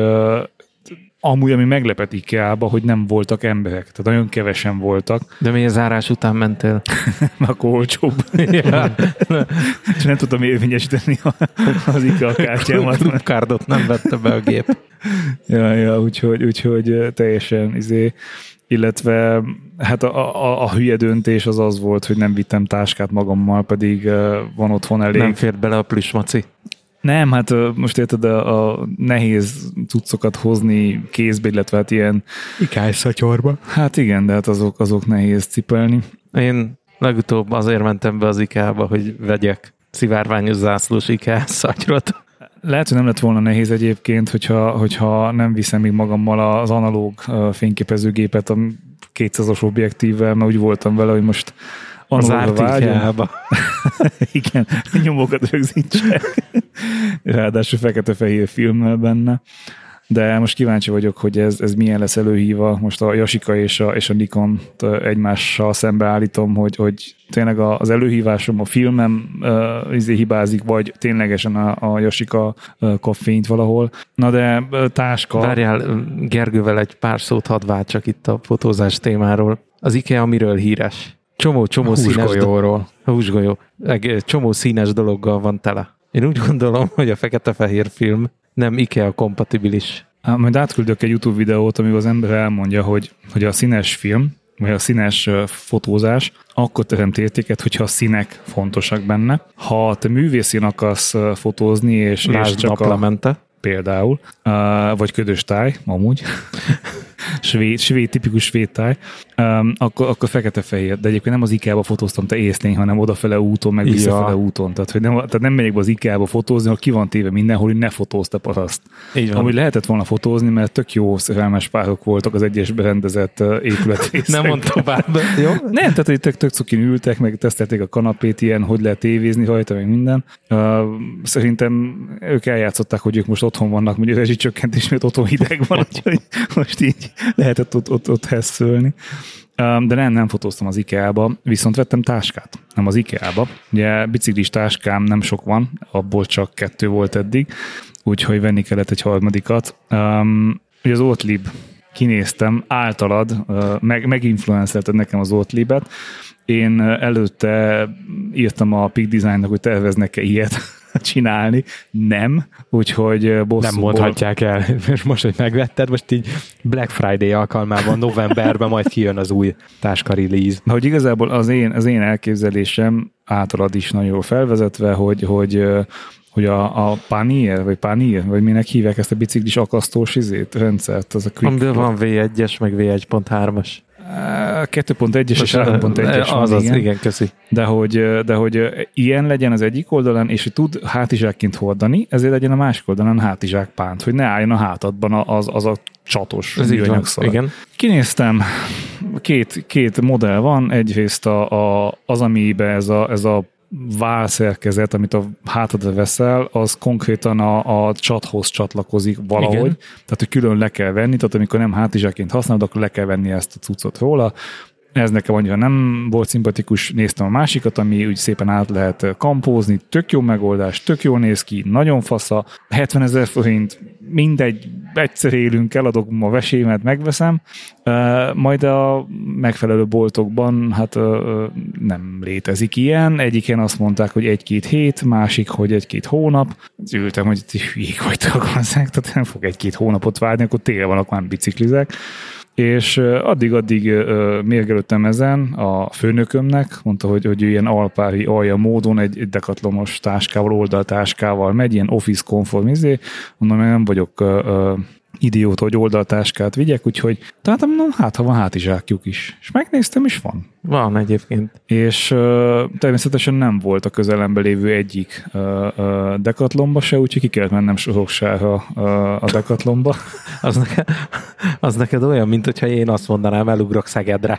amúgy, ami meglepett Ikeába, hogy nem voltak emberek. Tehát nagyon kevesen voltak. De mi az zárás után mentél? Akkor olcsóbb. Ja. És nem tudtam érvényesíteni az Ikea kártyámat. A Clubcardot nem vette be a gép. Ja, ja, úgyhogy, úgyhogy teljesen izé. Illetve hát a, a, a hülye döntés az az volt, hogy nem vittem táskát magammal, pedig van otthon elég. Nem fért bele a plüsmaci. Nem, hát most érted, a, a nehéz cuccokat hozni kézbe, illetve hát ilyen... Ikás szatyorba. Hát igen, de hát azok, azok nehéz cipelni. Én legutóbb azért mentem be az Ikeába, hogy vegyek szivárványos zászlós Ikea szatyrot. Lehet, hogy nem lett volna nehéz egyébként, hogyha, hogyha nem viszem még magammal az analóg fényképezőgépet a kétszázas objektívvel, mert úgy voltam vele, hogy most az árt Ikeába. Igen, nyomokat rögzítsek. Ráadásul fekete-fehér filmmel benne. De most kíváncsi vagyok, hogy ez, ez milyen lesz előhívva. Most a Yashica és a, és a Nikon egymással szembeállítom, hogy, hogy tényleg az előhívásom, a filmem uh, izé hibázik, vagy ténylegesen a, a Yashica uh, kap fényt valahol. Na de uh, táska... Várjál, Gergővel egy pár szót hadd váltsak itt a fotózás témáról. Az Ikea miről híres? Csomó, csomó színes dologról. A húsgolyó. Csomó színes dologgal van tele. Én úgy gondolom, hogy a fekete-fehér film nem Ikea kompatibilis. Á, majd átküldök egy YouTube videót, amivel az ember elmondja, hogy, hogy a színes film, vagy a színes fotózás, akkor teremt értéket, hogyha a színek fontosak benne. Ha te művészén akarsz fotózni, és, és csak naplemente. a... Például, uh, vagy ködös táj, amúgy. svéd, svéd, tipikus svéd táj, um, akkor, akkor fekete-fehér. De egyébként nem az IKEA-ba fotóztam te észnény, hanem odafele úton, meg visszafele ja. úton. Tehát, hogy nem, tehát nem megyek be az IKEA-ba fotózni, ha ki van téve mindenhol, hogy ne fotózz te paraszt. Amúgy lehetett volna fotózni, mert tök jó szerelmes párok voltak az egyes berendezett épületrészekben. Nem mondta bár, de jó? Nem, tehát, hogy tök, tök cukin ültek, meg tesztelték a kanapét ilyen, hogy lehet tévézni rajta, meg minden. Uh, szerintem ők eljátszották, hogy ők most otthon vannak, mondjuk rezsicsökkentés, mert otthon hideg van, úgyhogy most így lehetett ott, ott, ott hesszölni. De nem, nem fotóztam az IKEA-ba, viszont vettem táskát, nem az IKEA-ba. Ugye biciklis táskám nem sok van, abból csak kettő volt eddig, úgyhogy venni kellett egy harmadikat. Um, ugye az Ortlieb kinéztem, általad, uh, meg, meginfluencelted nekem az Ortliebet. Én előtte írtam a Peak Designnak, hogy terveznek-e ilyet csinálni. Nem, úgyhogy bosszúból... Nem mondhatják el, mert most, hogy megvetted, most így Black Friday alkalmában novemberben majd kijön az új táska release. Hogy igazából az én, az én elképzelésem általad is nagyon jól felvezetve, hogy, hogy hogy a, a Panier, vagy Panier, vagy minek hívják ezt a biciklis akasztós izét, rendszert, az a Quick. Amiből van vé egyes, meg vé egy pont hármas. kettő pont egyes és három pont egyes az, az, igen. igen, köszi. De hogy, de hogy ilyen legyen az egyik oldalon, és hogy tud hátizsákként hordani, ezért legyen a másik oldalon hátizsák pánt, hogy ne álljon a hátadban az, az a csatos műanyagszal. Igen. Kinéztem, két, két modell van, egyrészt a, a, az, amiben ez a, ez a válszerkezet, amit a hátadra veszel, az konkrétan a, a csathoz csatlakozik valahogy. Igen. Tehát, hogy külön le kell venni, tehát amikor nem hátizsákként használod, akkor le kell venni ezt a cuccot róla. Ez nekem annyira nem volt szimpatikus, néztem a másikat, ami úgy szépen át lehet kampózni, tök jó megoldás, tök jól néz ki, nagyon fasza, hetvenezer forint, mindegy, egyszer élünk, eladok a vesémet, megveszem, majd a megfelelő boltokban hát nem létezik ilyen, egyiken azt mondták, hogy egy-két hét, másik, hogy egy-két hónap, ültem, hogy hülyék vagytok, tehát nem fog egy-két hónapot várni, akkor tél van, akkor már biciklizek. És addig-addig mérgelődtem ezen a főnökömnek, mondta, hogy, hogy ilyen alpári alja módon egy, egy dekatlonos táskával, oldaltáskával megy, ilyen office konform izé, mondom, hogy nem vagyok uh, uh, idióta, hogy oldaltáskát vigyek, úgyhogy tehát mondom, hát ha van hátizsákjuk is. És megnéztem, és van. Van egyébként. És uh, természetesen nem volt a közelemben lévő egyik uh, uh, Decathlonba se, úgyhogy ki kellett mennem Soroksára uh, a Decathlonba. az, neked, az neked olyan, mint hogyha én azt mondanám, elugrok Szegedre.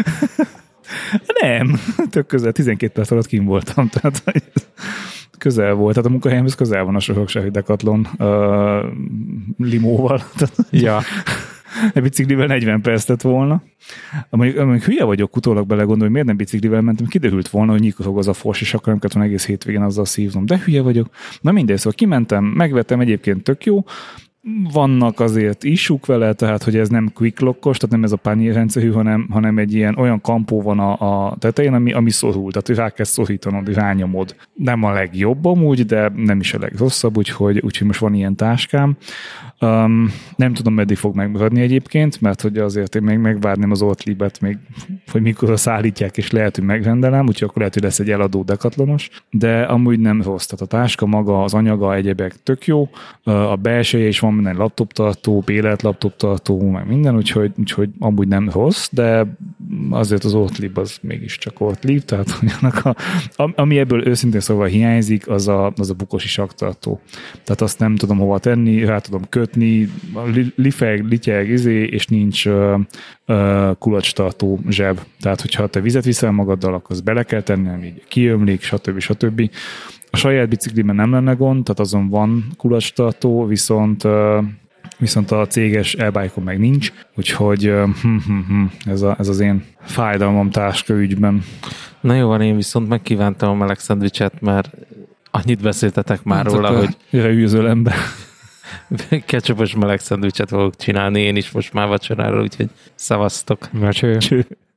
Nem, tök közel, tizenkét perc alatt kim voltam, tehát közel volt, tehát a munkahelyemhez közel van a Soroksári Decathlon uh, limóval. Ja. A biciklivel negyven perc lett volna. Amíg, amíg hülye vagyok utólag belegondolni, hogy miért nem biciklivel mentem, kiderült volna, hogy nyíkog az a fos, és akkor nem kellett volna egész hétvégén azzal szívnom. De hülye vagyok. Na mindegy, szóval kimentem, megvettem, egyébként tök jó. Vannak azért isuk vele, tehát hogy ez nem quick lockos, tehát nem ez a Panier rendszerű, hanem, hanem egy ilyen olyan kampó van a, a tetején, ami, ami szorul, tehát hogy rá kell szorítanod, rányomod. Nem a legjobb amúgy, de nem is a legrosszabb, úgyhogy, úgyhogy most van ilyen táskám. Um, nem tudom, meddig fog megmaradni egyébként, mert hogy azért én még megvárném az Ortliebet, még, hogy mikor szállítják, és lehet, hogy megrendelem, úgyhogy akkor lehet, hogy lesz egy eladó Decathlonos, de amúgy nem rossz. Tehát a táska maga, az anyaga, egyebek tök jó, a belseje is van minden laptoptartó, bélelt laptoptartó, meg minden, úgyhogy, úgyhogy amúgy nem rossz, de azért az Ortlieb az mégiscsak Ortlieb, tehát hogy annak a, ami ebből őszintén szóval hiányzik, az a, az a bukosi saktartó. Tehát azt nem tudom hova tenni, rá tudom kötni, lifeg, lityeg, izé, és nincs uh, uh, kulacstartó zseb. Tehát, hogyha te vizet viszel magaddal, akkor azt bele kell tenni, ami így kiömlik, stb. stb. A saját bicikliben nem lenne gond, tehát azon van kulacstartó, viszont uh, viszont a céges e-bike-on meg nincs, úgyhogy uh, hm, hm, hm, ez, a, ez az én fájdalmam táska ügyben. Na jó van, én viszont megkívántam a meleg szendvicset, mert annyit beszéltetek már hát róla, hogy... Jöjjön ügyzőlembe. Ketchupos meleg szendvicset fogok csinálni én is most már vacsorára, úgyhogy szavaztok. Na cső. Cső.